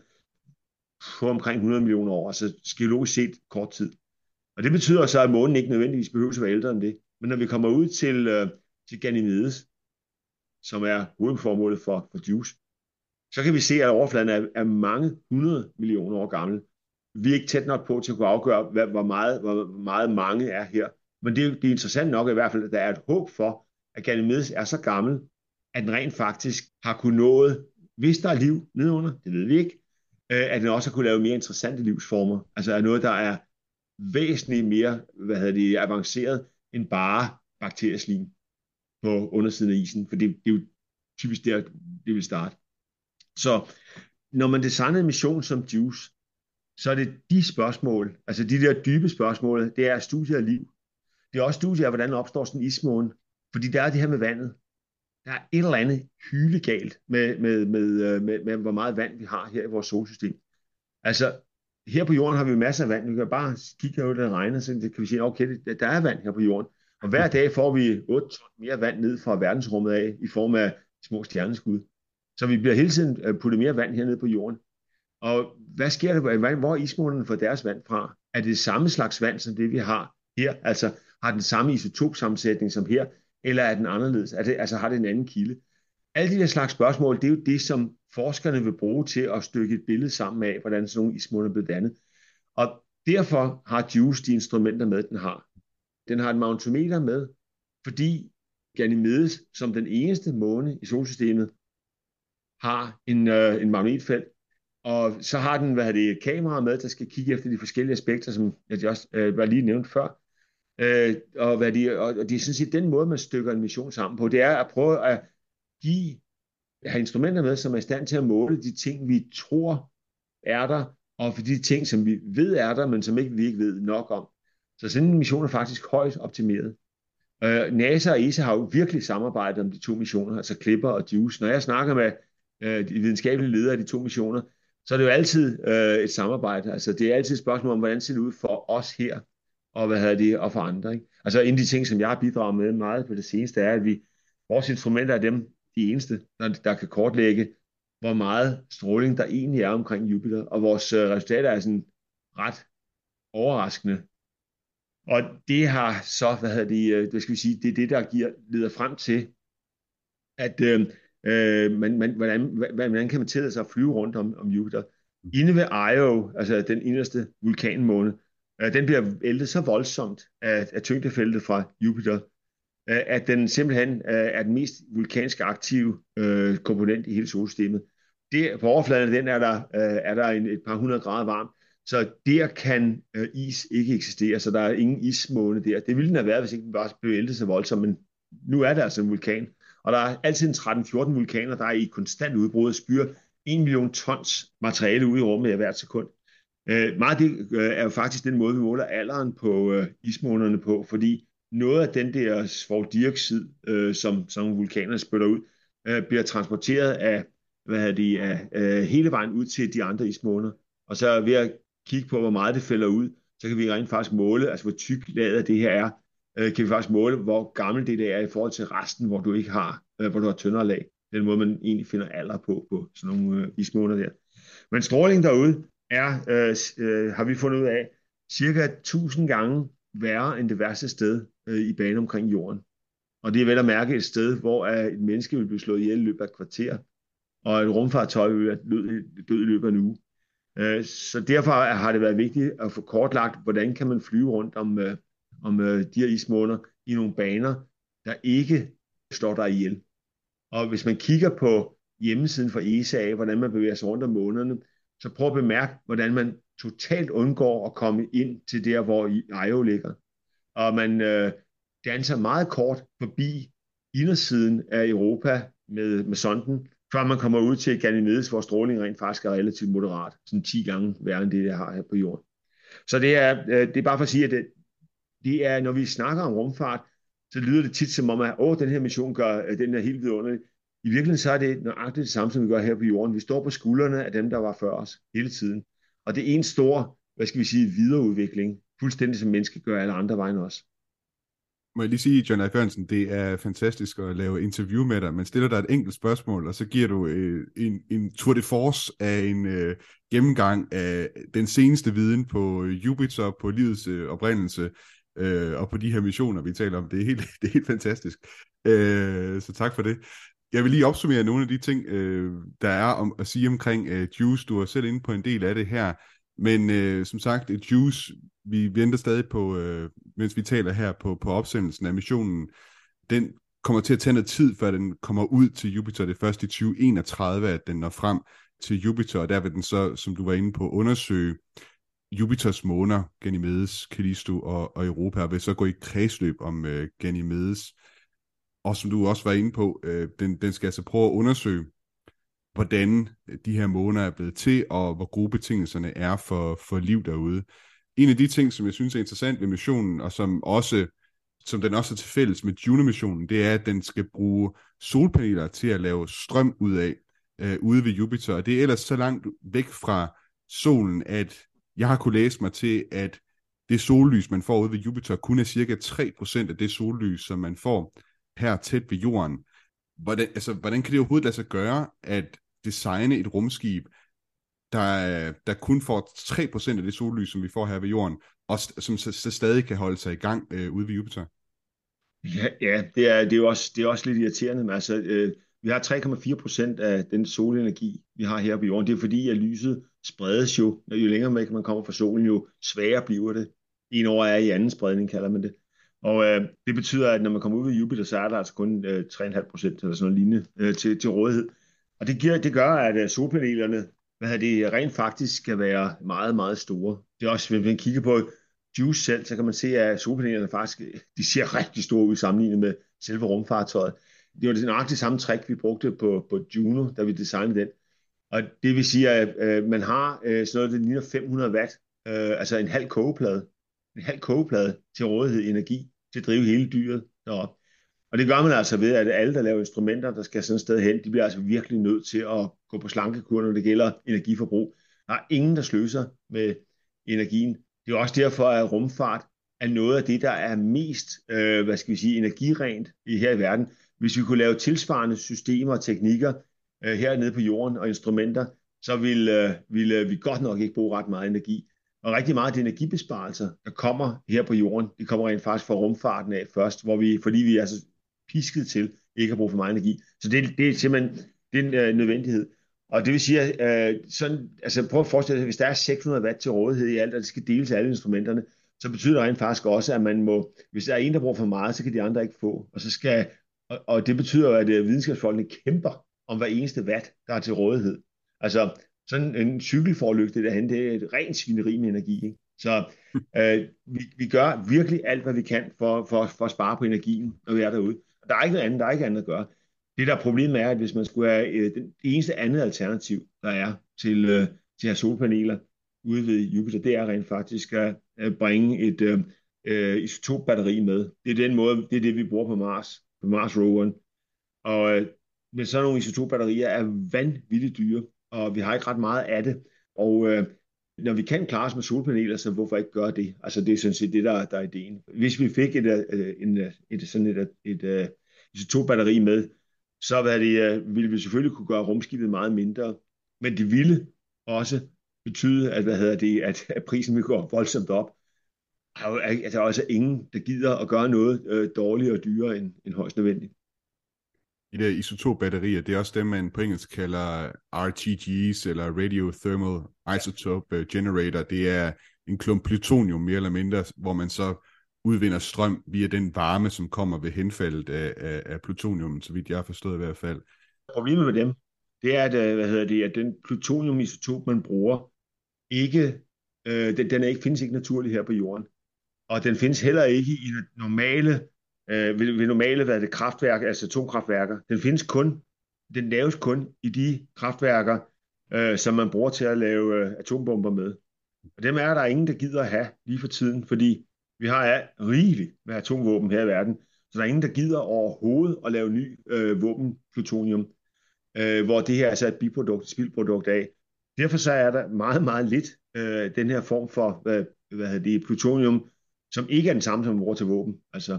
på omkring 100 millioner år, altså geologisk set kort tid. Og det betyder så, at månen ikke nødvendigvis behøver at være ældre end det. Men når vi kommer ud til Ganymedes, som er hovedformålet for JUICE, så kan vi se, at overfladen er mange 100 millioner år gammel. Vi er ikke tæt nok på til at kunne afgøre, hvor meget mange er her. Men det er interessant nok i hvert fald, at der er et håb for, at Ganymedes er så gammel, at den rent faktisk har kunnet nået, hvis der er liv nedenunder, det ved vi ikke, at den også har kunnet lave mere interessante livsformer. Altså er noget, der er væsentligt mere avanceret end bare bakterieslim på undersiden af isen, for det er jo typisk der, det vil starte. Så når man designer en mission som JUICE, så er det de spørgsmål, altså de der dybe spørgsmål, det er studier af liv. Det er også studier af, hvordan opstår sådan en ismåne, fordi der er det her med vandet. Der er et eller andet hylegalt med hvor meget vand vi har her i vores solsystem. Altså, her på jorden har vi masser af vand. Vi kan bare kigge ud, det regner, så kan vi sige, okay, der er vand her på jorden. Og hver dag får vi 8 ton mere vand ned fra verdensrummet af, i form af små stjerneskud. Så vi bliver hele tiden puttet mere vand hernede på jorden. Og hvad sker der? Hvor er ismånerne får deres vand fra? Er det samme slags vand, som det vi har her? Altså, har den samme isotopsammensætning som her? Eller er den anderledes? Har det en anden kilde? Alle de der slags spørgsmål, det er jo det, som forskerne vil bruge til at stykke et billede sammen af, hvordan sådan nogle ismåner er blevet dannet. Og derfor har JUICE de instrumenter med, den har. Den har et magnetometer med, fordi Ganymedes, som den eneste måne i solsystemet, har en magnetfelt. Og så har den kamera med, der skal kigge efter de forskellige aspekter, som jeg også var lige nævnt før. Og det er sådan set den måde, man stykker en mission sammen på. Det er at prøve at have instrumenter med, som er i stand til at måle de ting, vi tror er der, og for de ting, som vi ved er der, men som vi ikke ved nok om. Så sådan en mission er faktisk højt optimeret. NASA og ESA har jo virkelig samarbejdet om de to missioner, altså Clipper og JUICE. Når jeg snakker med de videnskabelige ledere af de to missioner, så er det jo altid et samarbejde. Altså det er altid et spørgsmål om, hvordan ser det ud for os her, og og for andre. Ikke? Altså en af de ting, som jeg har bidraget med meget på det seneste, er, at vores instrumenter er de eneste, der kan kortlægge, hvor meget stråling der egentlig er omkring Jupiter, og vores resultater er sådan ret overraskende. Og det har så, hvad skal vi sige, det er det, der leder frem til, at hvordan kan man tillade sig at flyve rundt om Jupiter. Inde ved Io, altså den inderste vulkanmåne, den bliver ældet så voldsomt af tyngdefeltet fra Jupiter, at den simpelthen er den mest vulkansk aktive komponent i hele solsystemet. På overfladen af den er der et par 100 grader varmt, så der kan is ikke eksistere, så der er ingen ismåne der. Det ville den have været, hvis ikke den bare blev ældet så voldsomt, men nu er der altså en vulkan. Og der er altid en 13-14 vulkaner, der er i konstant udbrud og spyrer 1 million tons materiale ud i rummet hvert sekund. Meget af det er jo faktisk den måde, vi måler alderen på ismånerne på, fordi noget af den der svovldioxid, som vulkanerne spytter ud, bliver transporteret af hele vejen ud til de andre ismåner. Og så ved at kigge på, hvor meget det fælder ud, så kan vi rent faktisk måle, altså hvor tyk laget af det her er, kan vi faktisk måle, hvor gammel det er i forhold til resten, hvor du ikke har, hvor du har tyndere lag. Den måde, man egentlig finder alder på sådan nogle ismåner der. Men stråling derude er, har vi fundet ud af, cirka 1000 gange værre end det værste sted i bane omkring jorden. Og det er vel at mærke et sted, hvor et menneske vil blive slået ihjel i løbet af et kvarter, og et rumfartøj vil være død i løbet af en uge. Så derfor har det været vigtigt at få kortlagt, hvordan kan man flyve rundt om de her ismåner i nogle baner, der ikke slår dig ihjel. Og hvis man kigger på hjemmesiden for ESA, hvordan man bevæger sig rundt om månerne, så prøv at bemærke, hvordan man totalt undgår at komme ind til der, hvor Io ligger. Og man danser meget kort forbi indersiden af Europa med sonden, før man kommer ud til Ganymedes, hvor stråling rent faktisk er relativt moderat, sådan 10 gange værre end det, jeg har her på jorden. Så det er bare for at sige, at det er, når vi snakker om rumfart, så lyder det tit som om, at den her mission gør den her helt vidunderlig. I virkeligheden så er det nøjagtigt det samme, som vi gør her på jorden. Vi står på skuldrene af dem, der var før os hele tiden. Og det er en stor, videreudvikling, fuldstændig som mennesker gør alle andre vejen også. Må jeg lige sige, John Leif Jørgensen, det er fantastisk at lave interview med dig. Man stiller dig et enkelt spørgsmål, og så giver du en tour de force af en gennemgang af den seneste viden på Jupiter, på livets oprindelse, og på de her missioner, vi taler om. Det er helt fantastisk. Så tak for det. Jeg vil lige opsummere nogle af de ting, der er om at sige omkring JUICE. Du er selv inde på en del af det her. Men som sagt, JUICE, vi venter stadig på, mens vi taler her på opsendelsen af missionen, den kommer til at tage noget tid, før den kommer ud til Jupiter. Det er først i 2031, at den når frem til Jupiter, og der vil den så, som du var inde på, undersøge Jupiters måner, Ganymedes, Callisto og Europa, og vil så gå i kredsløb om Ganymedes. Og som du også var inde på, den skal altså prøve at undersøge, hvordan de her måner er blevet til, og hvor gode betingelserne er for liv derude. En af de ting, som jeg synes er interessant ved missionen, og som den også er til fælles med Juno-missionen, det er, at den skal bruge solpaneler til at lave strøm ud af ude ved Jupiter. Og det er ellers så langt væk fra solen, at jeg har kunne læse mig til, at det sollys, man får ude ved Jupiter, kun er cirka 3% af det sollys, som man får her tæt ved jorden. Hvordan kan det overhovedet lade sig gøre, at designe et rumskib, der kun får 3% af det sollys, som vi får her ved jorden, og som så stadig kan holde sig i gang ude ved Jupiter? Ja, det er også lidt irriterende. Men altså, vi har 3,4% af den solenergi, vi har her på jorden. Det er fordi, at lyset spredes jo. Jo længere væk man kommer fra solen, jo sværere bliver det. En år er i anden spredning, kalder man det. Og det betyder, at når man kommer ud ved Jupiter, så er der altså kun 3,5% eller sådan noget lignende til rådighed. Og det gør, at solpanelerne rent faktisk skal være meget, meget store. Det er også, hvis man kigger på JUICE selv, så kan man se, at solpanelerne faktisk, de ser rigtig store ud sammenlignet med selve rumfartøjet. Det var det nøjagtigt samme trick, vi brugte på Juno, da vi designede den. Og det vil sige, at man har sådan noget, der ligner 500 watt, altså en halv kogeplade til rådighed i energi til at drive hele dyret deroppe. Og det gør man altså ved, at alle, der laver instrumenter, der skal sådan et sted hen, de bliver altså virkelig nødt til at gå på slankekur, når det gælder energiforbrug. Der er ingen, der sløser med energien. Det er også derfor, at rumfart er noget af det, der er mest, hvad skal vi sige, energirent her i verden. Hvis vi kunne lave tilsvarende systemer og teknikker hernede på jorden og instrumenter, så ville vi godt nok ikke bruge ret meget energi. Og rigtig meget af de energibesparelser, der kommer her på jorden, de kommer rent faktisk fra rumfarten af først, fordi vi er så pisket til ikke at bruge for meget energi. Så det er simpelthen det er en nødvendighed. Og det vil sige, altså prøv at forestille dig, at hvis der er 600 watt til rådighed i alt, og det skal deles af alle instrumenterne, så betyder det rent faktisk også, at man må, hvis der er en, der bruger for meget, så kan de andre ikke få. Og det betyder, at videnskabsfolkene kæmper om hver eneste watt, der er til rådighed. Altså, sådan en cykelforlygte derhen, det er et rent svineri med energi. Ikke? Så vi gør virkelig alt, hvad vi kan for at spare på energien, når vi er derude. Og der er ikke noget andet at gøre. Det, der er problemet, er, at hvis man skulle have det eneste andet alternativ, der er til at have solpaneler ude ved Jupiter, det er rent faktisk at bringe et isotopbatteri med. Det er den måde, det er det, vi bruger på Mars roveren. Og med sådan nogle isotopbatterier er vanvittigt dyre, og vi har ikke ret meget af det. Og når vi kan klare os med solpaneler, så hvorfor ikke gøre det? Altså det er sådan set det, der er ideen. Hvis vi fik et isotopbatteri med, så ville vi selvfølgelig kunne gøre rumskibet meget mindre. Men det ville også betyde, at prisen ville gå voldsomt op. Der er også ingen, der gider at gøre noget dårligere og dyrere end højst nødvendigt. De der isotopbatterier, det er også dem, man på engelsk kalder RTGs, eller Radio Thermal Isotope Generator. Det er en klump plutonium, mere eller mindre, hvor man så udvinder strøm via den varme, som kommer ved henfaldet af plutonium, så vidt jeg har forstået i hvert fald. Problemet med dem, det er, at den plutoniumisotop, man bruger, findes ikke naturligt her på jorden. Og den findes heller ikke i normale kraftværker, altså atomkraftværker. Den laves kun i de kraftværker, som man bruger til at lave atombomber med. Og dem er der ingen, der gider at have lige for tiden, fordi vi har rigeligt med atomvåben her i verden, så der er ingen, der gider overhovedet at lave ny våbenplutonium, hvor det her er så et spildprodukt af. Derfor så er der meget, meget lidt den her form for plutonium, som ikke er den samme, som man bruger til våben. Altså,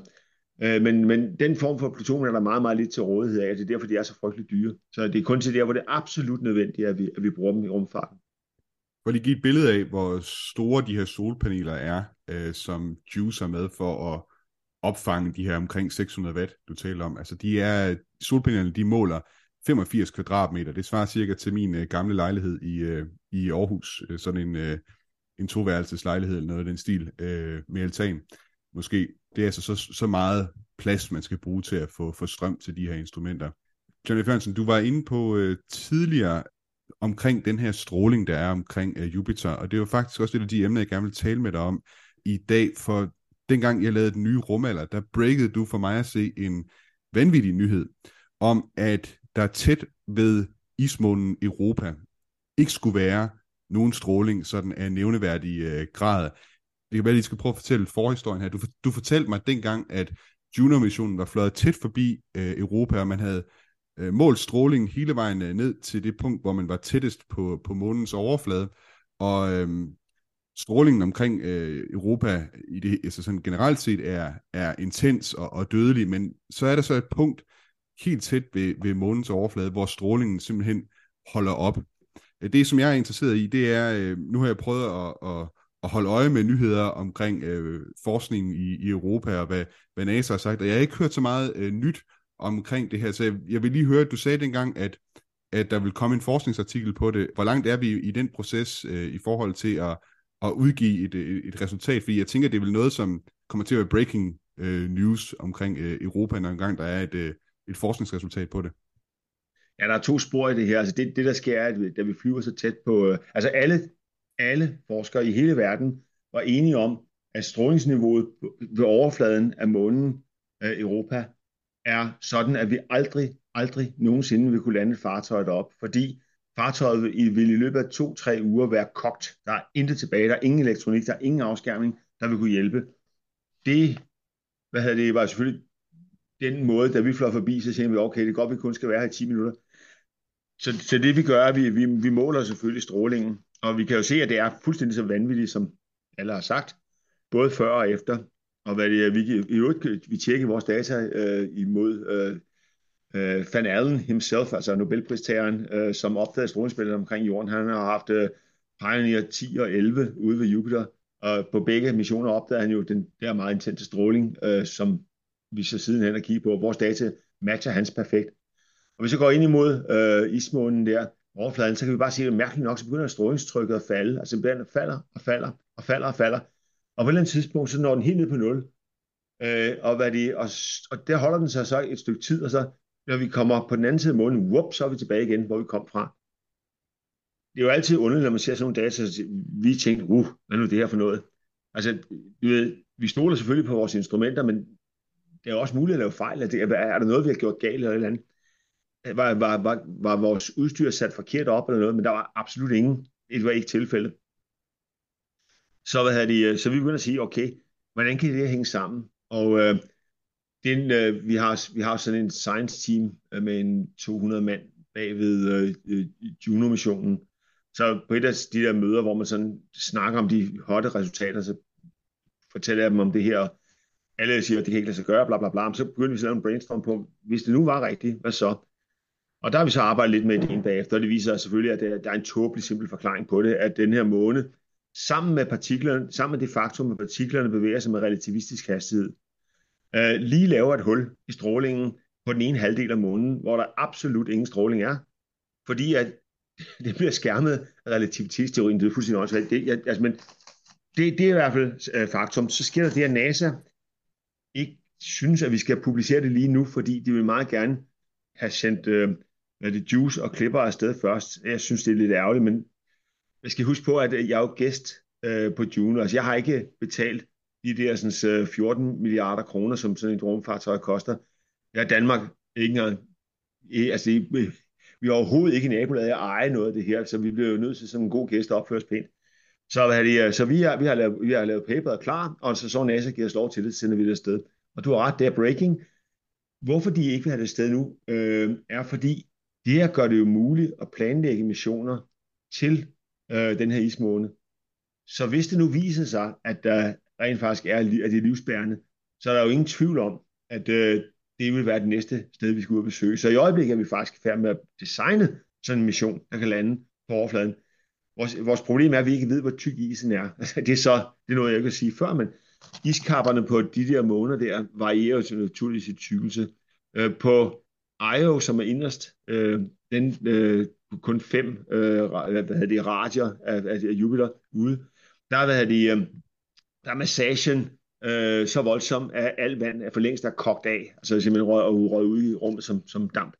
men den form for plutonium er der meget, meget lidt til rådighed af, og det er derfor, de er så frygteligt dyre. Så det er kun til der, hvor det er absolut nødvendigt, at vi bruger dem i rumfarten. For lige give et billede af, hvor store de her solpaneler er, som Juice er med for at opfange de her omkring 600 watt, du taler om. Altså solpanelerne, de måler 85 kvadratmeter. Det svarer cirka til min gamle lejlighed i Aarhus. Sådan en toværelses lejlighed eller noget af den stil med altan. Måske. Det er altså så meget plads, man skal bruge til at få strøm til de her instrumenter. Johnny Jørgensen, du var inde på tidligere omkring den her stråling, der er omkring Jupiter, og det er jo faktisk også et af de emner, jeg gerne vil tale med dig om i dag, for dengang jeg lavede den nye rumalder, der breakede du for mig at se en vanvittig nyhed om, at der tæt ved ismånen Europa ikke skulle være nogen stråling sådan af nævneværdig grad. Det kan være, at I skal prøve at fortælle forhistorien her. Du fortalte mig dengang, at Juno-missionen var fløjet tæt forbi Europa, og man havde målt strålingen hele vejen ned til det punkt, hvor man var tættest på månens overflade. Og strålingen omkring Europa altså sådan generelt set er intens og dødelig, men så er der så et punkt helt tæt ved månens overflade, hvor strålingen simpelthen holder op. Det, som jeg er interesseret i, det er, nu har jeg prøvet at holde øje med nyheder omkring forskningen i Europa, og hvad NASA har sagt, og jeg har ikke hørt så meget nyt omkring det her, så jeg vil lige høre, at du sagde dengang, at der vil komme en forskningsartikel på det. Hvor langt er vi i den proces i forhold til at udgive et resultat? Fordi jeg tænker, det er vel noget, som kommer til at være breaking news omkring Europa, når engang der er et forskningsresultat på det. Ja, der er to spor i det her. Altså det der sker, er, at da vi flyver så tæt på... altså alle forskere i hele verden var enige om, at strålingsniveauet ved overfladen af månen Europa er sådan, at vi aldrig nogensinde vil kunne lande et fartøj derop, fordi Fartøjet vil i løbet af 2-3 uger være kogt. Der er intet tilbage, der er ingen elektronik, der er ingen afskærmning, der vil kunne hjælpe. Det, det var selvfølgelig den måde, da vi fløj forbi, så tænkte vi, okay, det er godt, vi kun skal være her i 10 minutter. Så det vi gør, er, at vi måler selvfølgelig strålingen, og vi kan jo se, at det er fuldstændig så vanvittigt, som alle har sagt, både før og efter. Og vi tjekker vores data imod Van Allen himself, altså Nobelpristageren, som opdagede strålingsbæltet omkring jorden. Han har haft Pioneer 10 og 11 ude ved Jupiter, og på begge missioner opdagede han jo den der meget intense stråling, som vi så sidenhen har kigget på. Vores data matcher hans perfekt. Og hvis vi går ind imod ismånen der, overfladen, så kan vi bare se, at mærkeligt nok, så begynder strålingstrykket at falde. Altså den falder og falder og falder og falder. Og på et eller andet tidspunkt, så når den helt ned på 0. Og der holder den sig så et stykke tid, og så når vi kommer på den anden side af månen, så er vi tilbage igen, hvor vi kom fra. Det er jo altid underligt, når man ser sådan nogle data, så vi tænker, hvad er nu det her for noget? Altså, du ved, vi stoler selvfølgelig på vores instrumenter, men det er også muligt at lave fejl. Er der noget, vi har gjort galt eller et eller andet? Var vores udstyr sat forkert op eller noget, men der var absolut ingen. Det var ikke tilfældet. Så vi begynder at sige, okay, hvordan kan det her hænge sammen? Og vi har sådan en science team med en 200 mand bag ved Juno-missionen. Så på et af de der møder, hvor man sådan snakker om de hotte resultater, så fortæller jeg dem om det her. Alle siger, at det kan ikke lade sig gøre, bla bla bla. Så begynder vi så at lave en brainstorm på, hvis det nu var rigtigt, hvad så? Og der har vi så arbejdet lidt med ideen bagefter, og det viser selvfølgelig, at der er en tåbelig simpel forklaring på det, at den her måne, sammen med det faktum, at partiklerne bevæger sig med relativistisk hastighed, lige laver et hul i strålingen på den ene halvdel af månen, hvor der absolut ingen stråling er, fordi at det bliver skærmet af relativitetsteorien. Det er fuldstændig åndssvagt. Men det er i hvert fald faktum. Så sker der det, at NASA ikke synes, at vi skal publicere det lige nu, fordi de vil meget gerne have sendt Juice og Clipper afsted først. Jeg synes, det er lidt ærgerligt, men jeg skal huske på, at jeg er jo gæst på Juno. Altså, jeg har ikke betalt de der sådan, 14 milliarder kroner, som sådan et rumfartøj koster. Ja, Danmark ikke engang. Vi er overhovedet ikke i nabolaget at eje noget af det her, så vi bliver jo nødt til som en god gæst at opføre os pænt. Så vi har lavet paperet klar, og så NASA giver os lov til det, så sender vi det afsted. Og du har ret, det er breaking. Hvorfor de ikke vil have det afsted nu, er fordi det her gør det jo muligt at planlægge missioner til den her ismåne. Så hvis det nu viser sig, at der rent faktisk er, at det er livsbærende, så er der jo ingen tvivl om, at det vil være det næste sted, vi skal ud og besøge. Så i øjeblikket er vi faktisk færdige med at designe sådan en mission, der kan lande på overfladen. Vores problem er, at vi ikke ved, hvor tyk isen er. Det er noget, jeg ikke kan sige før, men iskapperne på de der måneder der varierer jo til naturligvis i tykkelse. På Io, som er inderst, den kun 5 radier af Jupiter ude, der er massagen så voldsom, at al vand er for længst kogt af, altså simpelthen røget ud i rummet som damp.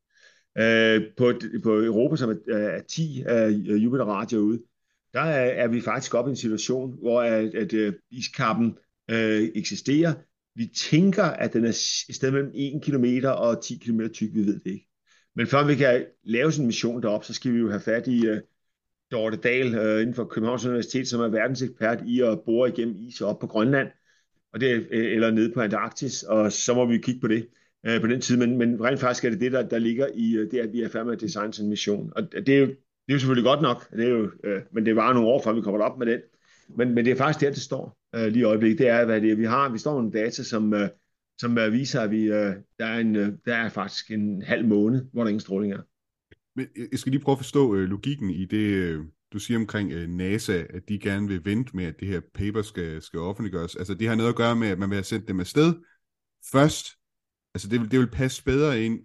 På Europa, som er 10 af Jupiter radier ude, der er vi faktisk oppe i en situation, hvor at iskappen eksisterer. Vi tænker, at den er et sted mellem 1 kilometer og 10 kilometer tyk, vi ved det ikke. Men før vi kan lave sådan en mission deroppe, så skal vi jo have fat i Dorte Dahl inden for Københavns Universitet, som er verdensekspert i at bore igennem is op på Grønland, og det, eller nede på Antarktis, og så må vi kigge på det på den tid. Men rent faktisk er det der ligger i det, at vi er færdige med at designe sådan en mission. Og det er jo selvfølgelig godt nok, det er jo, men det var nogle år før vi kommer op med den. Men det er faktisk der, det står lige i øjeblikket. Det er, hvad det er, vi har. Vi står nogle data, som viser, at der er faktisk en halv måned, hvor der ingen stråling er. Men jeg skal lige prøve at forstå logikken i det, du siger omkring NASA, at de gerne vil vente med, at det her paper skal offentliggøres. Altså det har noget at gøre med, at man vil have sendt dem afsted først. Altså det vil passe bedre ind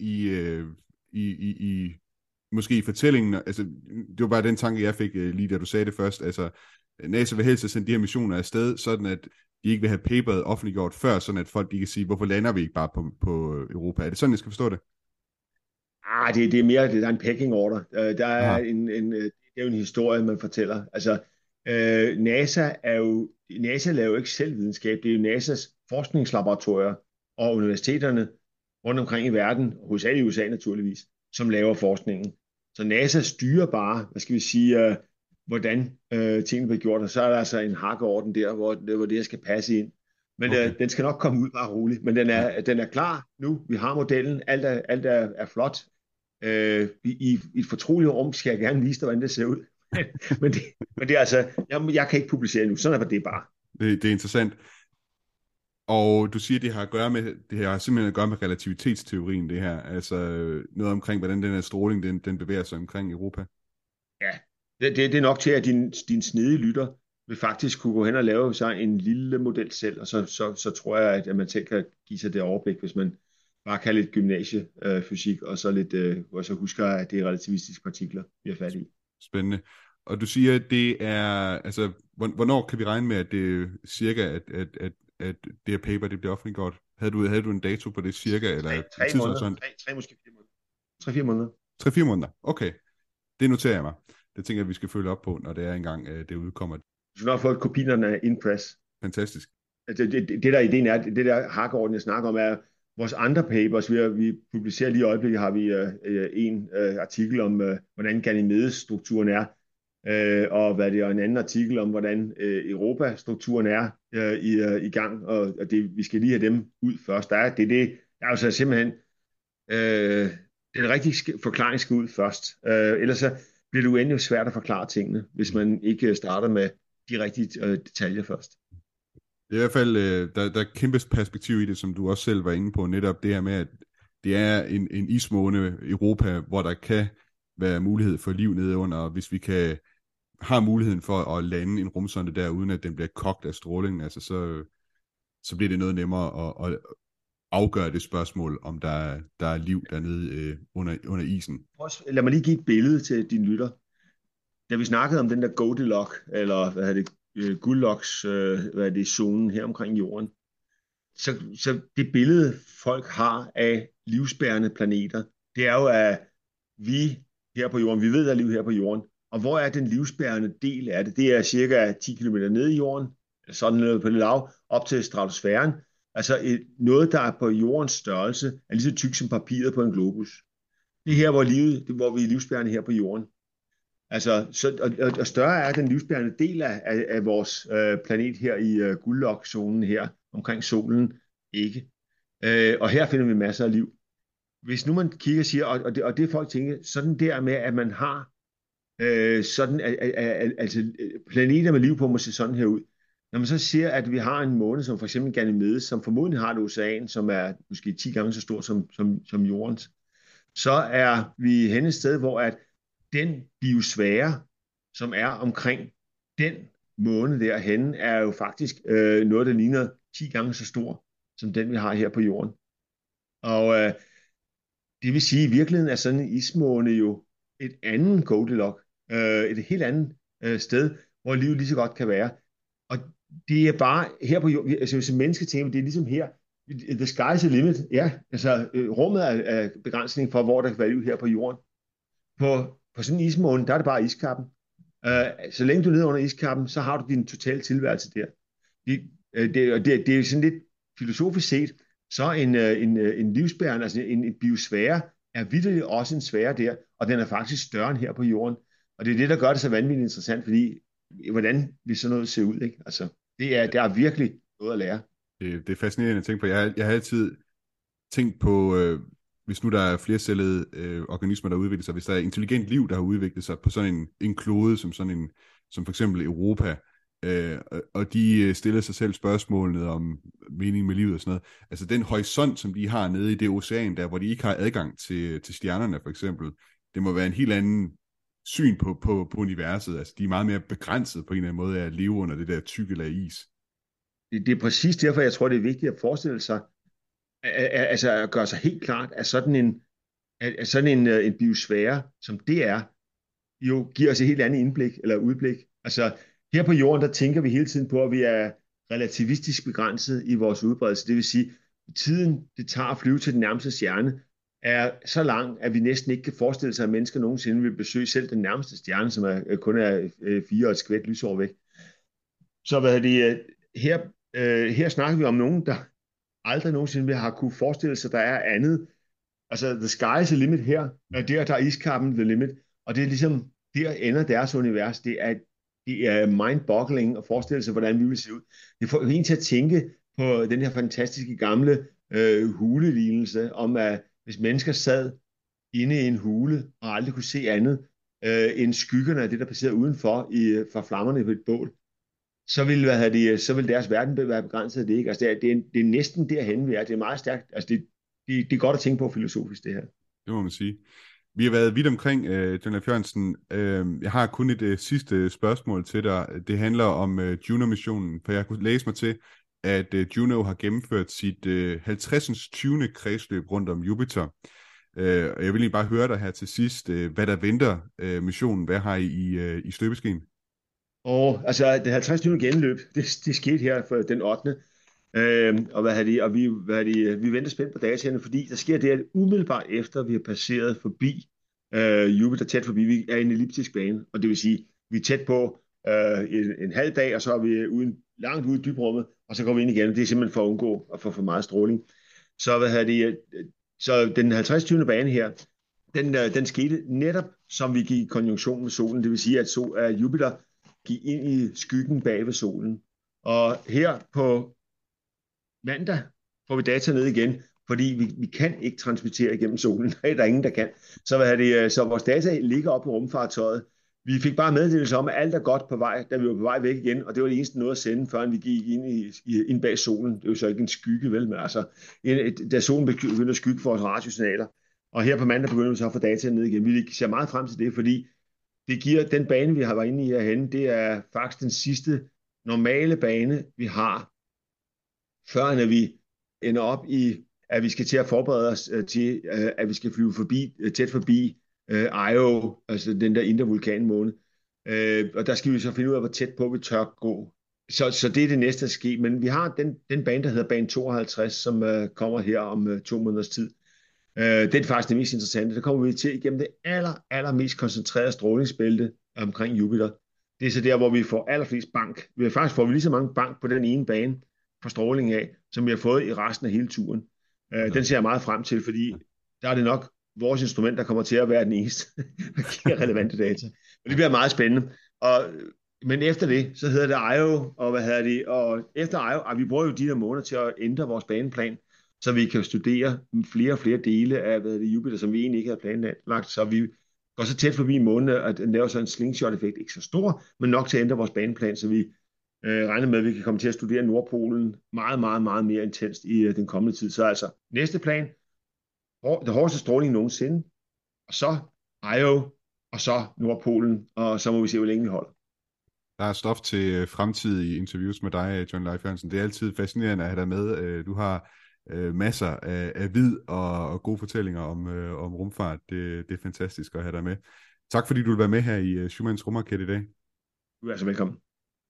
i måske i fortællingen. Altså det var bare den tanke, jeg fik lige da du sagde det først. Altså NASA vil helst sende de her missioner afsted, sådan at de ikke vil have paperet offentliggjort før, sådan at folk de kan sige, hvorfor lander vi ikke bare på Europa? Er det sådan, jeg skal forstå det? Det er mere, der er en pecking order. Der er det er jo en historie, man fortæller. Altså, NASA laver jo ikke selv videnskab. Det er jo NASA's forskningslaboratorier og universiteterne rundt omkring i verden, hovedsageligt i USA naturligvis, som laver forskningen. Så NASA styrer bare, hvad skal vi sige, hvordan tingene bliver gjort, og så er der altså en hakkeorden der, hvor det skal passe ind. Men Okay. den skal nok komme ud bare roligt. Men den er klar nu. Vi har modellen. Alt er flot. I et fortroligt rum skal jeg gerne vise dig, hvordan det ser ud. Men det er altså, jeg kan ikke publicere nu. Sådan er det bare. Det er interessant. Og du siger, det har simpelthen at gøre med relativitetsteorien, det her. Altså noget omkring, hvordan den her stråling, den bevæger sig omkring Europa. Ja, det er nok til, at din snedige lytter vil faktisk kunne gå hen og lave sig en lille model selv, og så tror jeg, at man selv kan give sig det overblik, hvis man bare kan lidt gymnasiefysik, og så lidt, og så husker, at det er relativistiske partikler, vi er fat i. Spændende. Og du siger, at det er, altså, hvornår kan vi regne med, at det cirka, at det her paper, det bliver offentliggjort? Havde du en dato på det cirka, eller Tre måneder, måske 4 måneder. 3-4 måneder. 3-4 måneder, okay. Det noterer jeg mig. Det tænker jeg, vi skal følge op på, når det er engang, det udkommer. Du skal nok få et kopierne af InPress. Fantastisk. Det der ideen er, det der hakkeorden, jeg snakker om, er vores andre papers. Vi publicerer lige i øjeblikket, har vi en artikel om, hvordan Ganymedes-strukturen er, og hvad det er, en anden artikel om, hvordan Europa-strukturen er i gang, og vi skal lige have dem ud først. Der er altså simpelthen den rigtige forklaring skal ud først. Ellers så bliver det uendelig svært at forklare tingene, hvis man ikke starter med de rigtige detaljer først. Det er i hvert fald, der er kæmpe perspektiv i det, som du også selv var inde på, netop det her med, at det er en ismåne Europa, hvor der kan være mulighed for liv nedenunder, og hvis vi har muligheden for at lande en rumsonde der, uden at den bliver kogt af strålingen, altså så bliver det noget nemmere at afgøre det spørgsmål, om der er liv dernede under isen. Lad mig lige give et billede til dine lytter. Da vi snakkede om den der Goldilocks, eller hvad hedder det, Goldilocks, zonen her omkring jorden, så det billede, folk har af livsbærende planeter, det er jo, at vi her på jorden, vi ved, at der er liv her på jorden, og hvor er den livsbærende del af det? Det er cirka 10 km nede i jorden, sådan noget på det lav, op til stratosfæren. Altså noget, der er på jordens størrelse, er lige så tyk som papiret på en globus. Det er her, hvor vi er livsbærende her på jorden. Altså, og større er den livsbærende del af vores planet her i Goldilocks-zonen her, omkring solen, ikke. Og her finder vi masser af liv. Hvis nu man kigger og siger, og det folk tænker, sådan der med, at man har altså planeter med liv på, må se sådan her ud. Når man så siger, at vi har en måne, som for eksempel Ganymedes, som formodentlig har et ocean, som er måske 10 gange så stort som jordens, så er vi henne et sted, hvor at den biosfære, som er omkring den måne derhenne, er jo faktisk noget, der ligner 10 gange så stor, som den vi har her på jorden. Og det vil sige, at i virkeligheden er sådan en ismåne jo et andet Goldilocks, et helt andet sted, hvor livet lige så godt kan være. Og det er bare her på jorden, altså hvis menneske tænker, det er ligesom her, the sky's the limit, ja, altså rummet er begrænsning for, hvor der kan være liv her på jorden. På sådan en ismåne, der er det bare iskappen. Så længe du er nede under iskappen, så har du din totale tilværelse der. Det er sådan lidt filosofisk set, så en livsbærende, altså en biosfære, er vitterligt også en sfære der, og den er faktisk større end her på jorden. Og det er det, der gør det så vanvittigt interessant, fordi hvordan vil sådan noget se ud, ikke? Altså, der er virkelig noget at lære. Det er fascinerende at tænke på. Jeg har altid tænkt på, hvis nu der er flercellede organismer, der udvikler sig, hvis der er intelligent liv, der har udviklet sig på sådan en klode, som for eksempel Europa, og de stiller sig selv spørgsmålet om mening med livet og sådan noget. Altså den horisont, som de har nede i det ocean der, hvor de ikke har adgang til stjernerne for eksempel, det må være en helt anden syn på universet. Altså de er meget mere begrænset på en eller anden måde af at leve under det der tykke lag is. Det er præcis derfor, jeg tror, det er vigtigt at forestille sig, altså at gøre sig helt klart, at sådan en biosfære, som det er, jo giver os et helt andet indblik eller udblik. Altså her på jorden, der tænker vi hele tiden på, at vi er relativistisk begrænset i vores udbredelse. Det vil sige, tiden, det tager at flyve til den nærmeste stjerne, er så lang, at vi næsten ikke kan forestille sig, at mennesker nogensinde vil besøge selv den nærmeste stjerne, som kun er 4 og et skvæt lysår væk. Så her snakker vi om nogen, der aldrig nogensinde vil have kunne forestille sig, at der er andet. Altså, the sky is the limit her. Der er iskappen the limit. Og det er ligesom, der ender deres univers. Det er mind-boggling at forestille sig, hvordan vi vil se ud. Det får en til at tænke på den her fantastiske gamle hulelignelse, om at hvis mennesker sad inde i en hule og aldrig kunne se andet end skyggerne af det, der passerede udenfor fra flammerne på et bål, så vil deres verden være begrænset af det. Ikke? Altså det er næsten derhen, vi er. Det er meget stærkt. Altså det er godt at tænke på filosofisk, det her. Det må man sige. Vi har været vidt omkring, John Leif Jørgensen. Jeg har kun et sidste spørgsmål til dig. Det handler om Juno-missionen, for jeg kunne læse mig til, at Juno har gennemført sit 50. 20. kredsløb rundt om Jupiter. Og jeg vil egentlig bare høre dig her til sidst, hvad der venter missionen. Hvad har I støbeskeen? Altså det 50. genløb, det skete her for den 8. Og vi venter spændt på dataene, fordi der sker det, at umiddelbart efter vi har passeret forbi Jupiter, tæt forbi, vi er i en elliptisk bane, og det vil sige, vi er tæt på en halv dag, og så er vi langt ude i dybrummet, og så går vi ind igen. Det er simpelthen for at undgå at få for meget stråling. Så den 50. bane her, den skete netop, som vi gik i konjunktion med solen, det vil sige, at Jupiter gik ind i skyggen bag ved solen. Og her på mandag får vi data ned igen, fordi vi kan ikke transmittere igennem solen. Der er ingen, der kan. Så vores data ligger oppe i rumfartøjet. Vi fik bare meddelelse om, at alt er godt på vej, da vi var på vej væk igen, og det var det eneste noget at sende, før vi gik ind bag solen. Det er jo så ikke en skygge, vel, men altså, da solen begynder at skygge for vores radiosignaler. Og her på mandag begynder vi så at få data ned igen. Vi ser meget frem til det, fordi det giver den bane, vi har været inde i herhenne, det er faktisk den sidste normale bane, vi har, før at vi ender op i, at vi skal til at forberede os til, at vi skal flyve tæt forbi Io, altså den der indre vulkanmåne. Og der skal vi så finde ud af, hvor tæt på vi tør gå. Så det er det næste, der sker. Men vi har den bane, der hedder bane 52, som kommer her om 2 måneders tid. Det er faktisk det mest interessante. Der kommer vi til igennem det allermest koncentrerede strålingsbælte omkring Jupiter. Det er så der, hvor vi får allerflest bank. Faktisk får vi lige så mange bank på den ene bane for stråling af, som vi har fået i resten af hele turen. Den ser jeg meget frem til, fordi der er det nok vores instrument, der kommer til at være den eneste, der giver relevante data. Og det bliver meget spændende. Men efter det, så hedder det Io, og efter Io, vi bruger jo de her måneder til at ændre vores baneplan, så vi kan studere flere og flere dele af Jupiter, som vi egentlig ikke havde planlagt. Så vi går så tæt forbi månen, at den laver så en slingshot-effekt, ikke så stor, men nok til at ændre vores baneplan, så vi regner med, at vi kan komme til at studere Nordpolen meget, meget, meget mere intenst i den kommende tid. Så altså, næste plan, det hårdeste stråling nogensinde, og så Io, og så Nordpolen, og så må vi se, hvor længe vi holder. Der er stof til fremtidige interviews med dig, John Leif Jørgensen. Det er altid fascinerende at have dig med. Du har masser af vid og gode fortællinger om rumfart. Det er fantastisk at have dig med. Tak fordi du vil være med her i Schumanns Rumraket i dag. Du er så velkommen.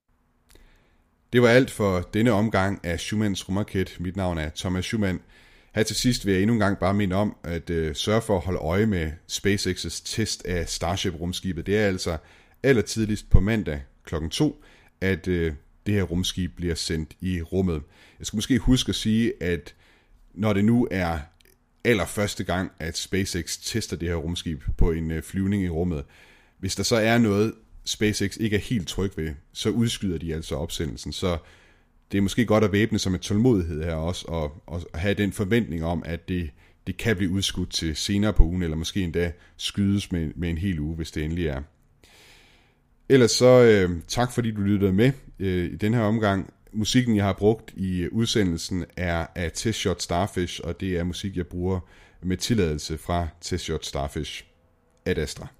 Det var alt for denne omgang af Schumanns Rumraket. Mit navn er Thomas Schumann. Her til sidst vil jeg endnu en gang bare minde om at sørge for at holde øje med SpaceX's test af Starship-rumskibet. Det er altså allertidligst på mandag kl. 2, at det her rumskib bliver sendt i rummet. Jeg skal måske huske at sige, at når det nu er allerførste gang, at SpaceX tester det her rumskib på en flyvning i rummet, hvis der så er noget, SpaceX ikke er helt tryg ved, så udskyder de altså opsendelsen. Så det er måske godt at væbne sig med tålmodighed her også, og have den forventning om, at det kan blive udskudt til senere på ugen, eller måske endda skydes med en hel uge, hvis det endelig er. Ellers så tak fordi du lyttede med i den her omgang. Musikken jeg har brugt i udsendelsen er af Test Shot Starfish, og det er musik jeg bruger med tilladelse fra Test Shot Starfish. Ad Astra.